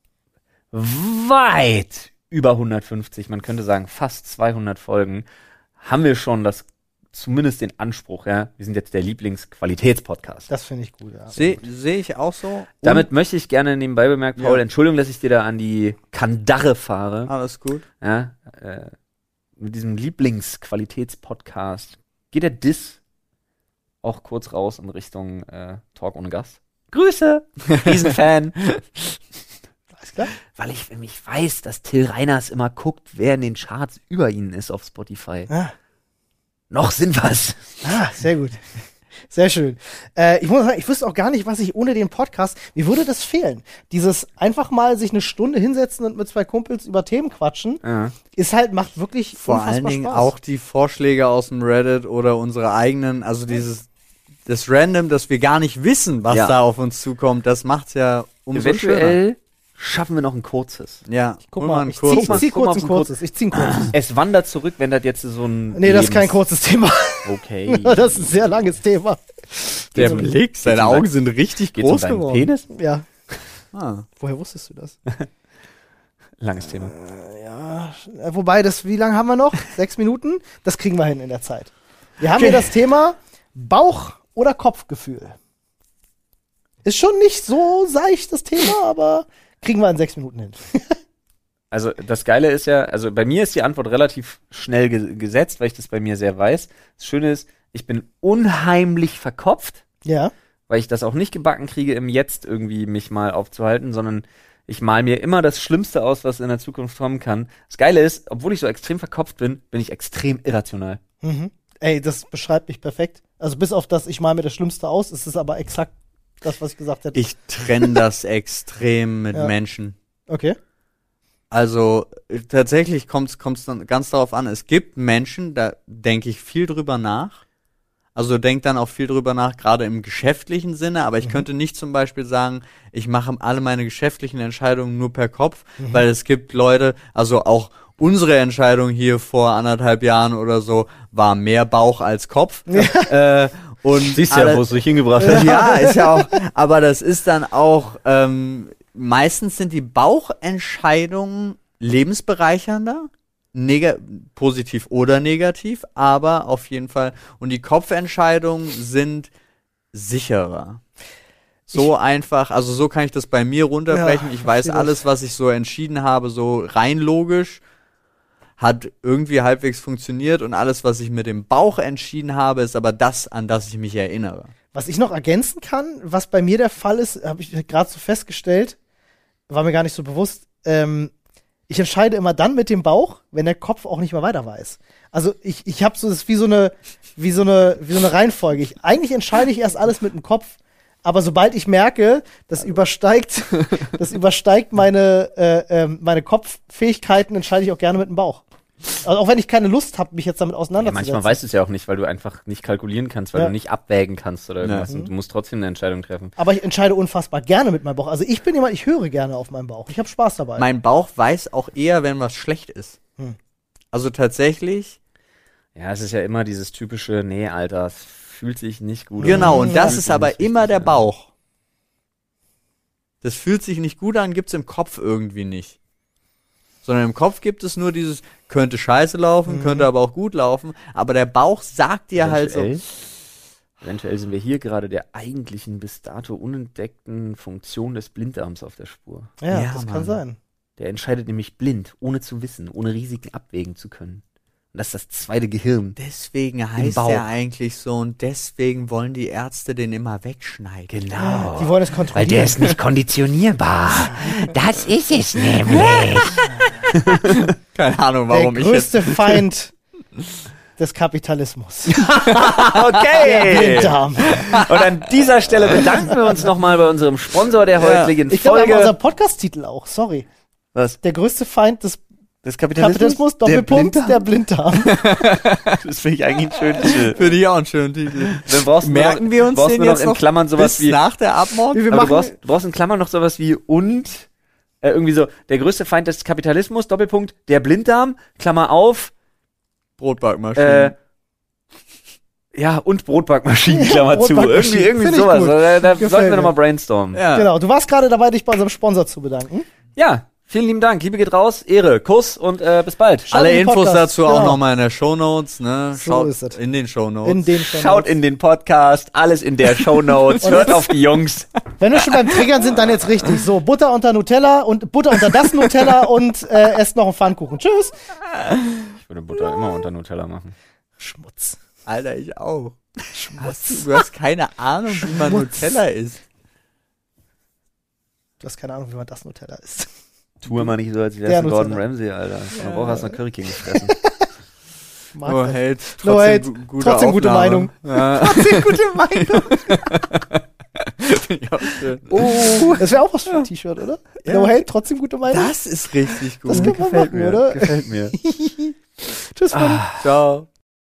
weit über 150, man könnte sagen fast 200 Folgen, haben wir schon zumindest den Anspruch, ja, wir sind jetzt der Lieblingsqualitätspodcast. Das finde ich gut, ja. Sehe ich auch so. Damit möchte ich gerne nebenbei bemerkt, Paul, Ja. Entschuldigung, dass ich dir da an die Kandare fahre, Alles gut. ja, mit diesem Lieblingsqualitätspodcast geht der Diss auch kurz raus in Richtung Talk ohne Gast. Grüße! Riesenfan. Alles klar? Weil ich nämlich weiß, dass Till Reiners immer guckt, wer in den Charts über ihnen ist auf Spotify. Ah. Noch sind was. Sehr gut. Sehr schön. Ich muss sagen, ich wüsste auch gar nicht, was ich ohne den Podcast, mir würde das fehlen. Dieses einfach mal sich eine Stunde hinsetzen und mit 2 Kumpels über Themen quatschen, Ja. ist halt, macht wirklich Vor unfassbar allen Dingen Spaß. auch die Vorschläge aus dem Reddit oder unsere eigenen, also das Random, dass wir gar nicht wissen, was Ja. da auf uns zukommt, das macht's ja umso schöner. Eventuell schaffen wir noch ein kurzes. Ja, Guck hol mal, ein ich kurzes. zieh Guck mal kurz auf ein ein kurzes. Ich zieh ein kurzes. Es wandert zurück, wenn das jetzt so ein Nee, das ist kein kurzes Thema. Okay. Das ist ein sehr langes Thema. Der Geht's um- Blick, seine geht's um Augen dein- sind richtig Geht's um groß deinen geworden. Penis? Ja. Ah. Woher wusstest du das? Langes Thema. Ja, wobei, wie lange haben wir noch? 6 Minuten? Das kriegen wir hin in der Zeit. Wir haben Okay. hier das Thema Bauch- oder Kopfgefühl. Ist schon nicht so seicht, das Thema, aber kriegen wir in 6 Minuten hin. Also das Geile ist ja, also bei mir ist die Antwort relativ schnell gesetzt, weil ich das bei mir sehr weiß. Das Schöne ist, ich bin unheimlich verkopft, Ja. weil ich das auch nicht gebacken kriege, im Jetzt irgendwie mich mal aufzuhalten, sondern ich mal mir immer das Schlimmste aus, was in der Zukunft kommen kann. Das Geile ist, obwohl ich so extrem verkopft bin, bin ich extrem irrational. Mhm. Ey, das beschreibt mich perfekt. Also bis auf das, ich mal mir das Schlimmste aus, ist es aber exakt das, was ich gesagt hätte. Ich trenne das extrem mit Ja. Menschen. Okay. Also tatsächlich kommt's dann ganz darauf an. Es gibt Menschen, da denke ich viel drüber nach. Also denk dann auch viel drüber nach, gerade im geschäftlichen Sinne. Aber ich könnte nicht zum Beispiel sagen, ich mache alle meine geschäftlichen Entscheidungen nur per Kopf, weil es gibt Leute, also auch unsere Entscheidung hier vor 1,5 Jahren oder so war mehr Bauch als Kopf. Und Siehst ja, wo es dich hingebracht hat. ja, ist ja auch, aber das ist dann auch, meistens sind die Bauchentscheidungen lebensbereichernder, positiv oder negativ, aber auf jeden Fall, und die Kopfentscheidungen sind sicherer. So einfach, also so kann ich das bei mir runterbrechen. Ja, ich weiß alles, was ich so entschieden habe, so rein logisch, hat irgendwie halbwegs funktioniert und alles, was ich mit dem Bauch entschieden habe, ist aber das, an das ich mich erinnere. Was ich noch ergänzen kann, was bei mir der Fall ist, habe ich gerade so festgestellt, war mir gar nicht so bewusst, ich entscheide immer dann mit dem Bauch, wenn der Kopf auch nicht mehr weiter weiß. Also ich habe so, das ist wie so eine Reihenfolge. Eigentlich entscheide ich erst alles mit dem Kopf, aber sobald ich merke, das übersteigt meine Kopffähigkeiten, entscheide ich auch gerne mit dem Bauch. Also auch wenn ich keine Lust habe, mich jetzt damit Ja, auseinanderzusetzen. manchmal weißt du es ja auch nicht, weil du einfach nicht kalkulieren kannst, weil Ja. du nicht abwägen kannst oder irgendwas. Ja. Und du musst trotzdem eine Entscheidung treffen. Aber ich entscheide unfassbar gerne mit meinem Bauch. Also ich bin jemand, ich höre gerne auf meinen Bauch. Ich habe Spaß dabei. Mein Bauch weiß auch eher, wenn was schlecht ist. Also tatsächlich. Ja, es ist ja immer dieses typische, nee, Alter, es fühlt sich nicht gut an. Genau, und das Fühlt ist sich aber nicht immer richtig der an. Bauch. Das fühlt sich nicht gut an, gibt's im Kopf irgendwie nicht. Sondern im Kopf gibt es nur dieses, könnte scheiße laufen, könnte aber auch gut laufen. Aber der Bauch sagt dir halt so. Eventuell sind wir hier gerade der eigentlichen bis dato unentdeckten Funktion des Blinddarms auf der Spur. ja, Ja, das Mann. kann sein. Der entscheidet nämlich blind, ohne zu wissen, ohne Risiken abwägen zu können. Und das ist das zweite Gehirn. Deswegen heißt Bauch. er eigentlich so und deswegen wollen die Ärzte den immer wegschneiden. Genau. Die wollen es kontrollieren. ist nicht konditionierbar. Das ist es nämlich. Keine Ahnung, der warum ich jetzt. größte Feind des Kapitalismus. Okay. Blinddarm. Und an dieser Stelle bedanken wir uns nochmal bei unserem Sponsor der heutigen Ich glaube, wir haben Folge. unser Podcast-Titel auch. Sorry. Was? Der größte Feind des Das Kapitalismus, Doppelpunkt, der Blinddarm. Das finde ich eigentlich ein schöner Titel. Finde ich auch einen schönen Titel. Dann brauchst du Merken noch, wir uns brauchst den du noch jetzt in noch Klammern sowas bis wie, nach der Abmord? Wir aber machen, du brauchst in Klammern noch sowas wie und, irgendwie so, der größte Feind des Kapitalismus, Doppelpunkt, der Blinddarm, Klammer auf, Brotbackmaschine. ja, und Brotbackmaschinen, Klammer zu. Brotbackmaschinen. Irgendwie Find ich sowas. gut. Da Gefällt sollten wir mir. nochmal brainstormen. Ja. Genau, du warst gerade dabei, dich bei unserem Sponsor zu bedanken. Ja, vielen lieben Dank. Liebe geht raus, Ehre, Kuss und bis bald. Schaut Alle in den Infos Podcast, dazu auch genau. nochmal in der Shownotes, ne? So Schaut ist es. in den Shownotes. In den Schaut in den Podcast, alles in der Shownotes, hört auf die Jungs. Wenn wir schon beim Triggern sind, dann jetzt richtig. So, Butter unter Nutella und Butter unter das Nutella und esst noch einen Pfannkuchen. Tschüss. Ich würde Butter immer unter Nutella machen. Schmutz. Alter, ich auch. Du hast keine Ahnung, wie man Schmutz. Nutella isst. Du hast keine Ahnung, wie man das Nutella isst. Tu immer nicht so, als wärst Der du Gordon Nutella. Ramsay, Alter. Eine Woche hast du noch Curry King gefressen. Mag No das. hate, No trotzdem hate, gute trotzdem gute Aufnahme. Meinung. Ja. Trotzdem gute Meinung. Finde ich auch schön. Das wäre auch was für ein T-Shirt, oder? Ja. No hate, trotzdem gute Meinung. Das ist richtig gut. Das kann man Gefällt machen, mir, oder? gefällt mir. Tschüss, Mann. Ciao.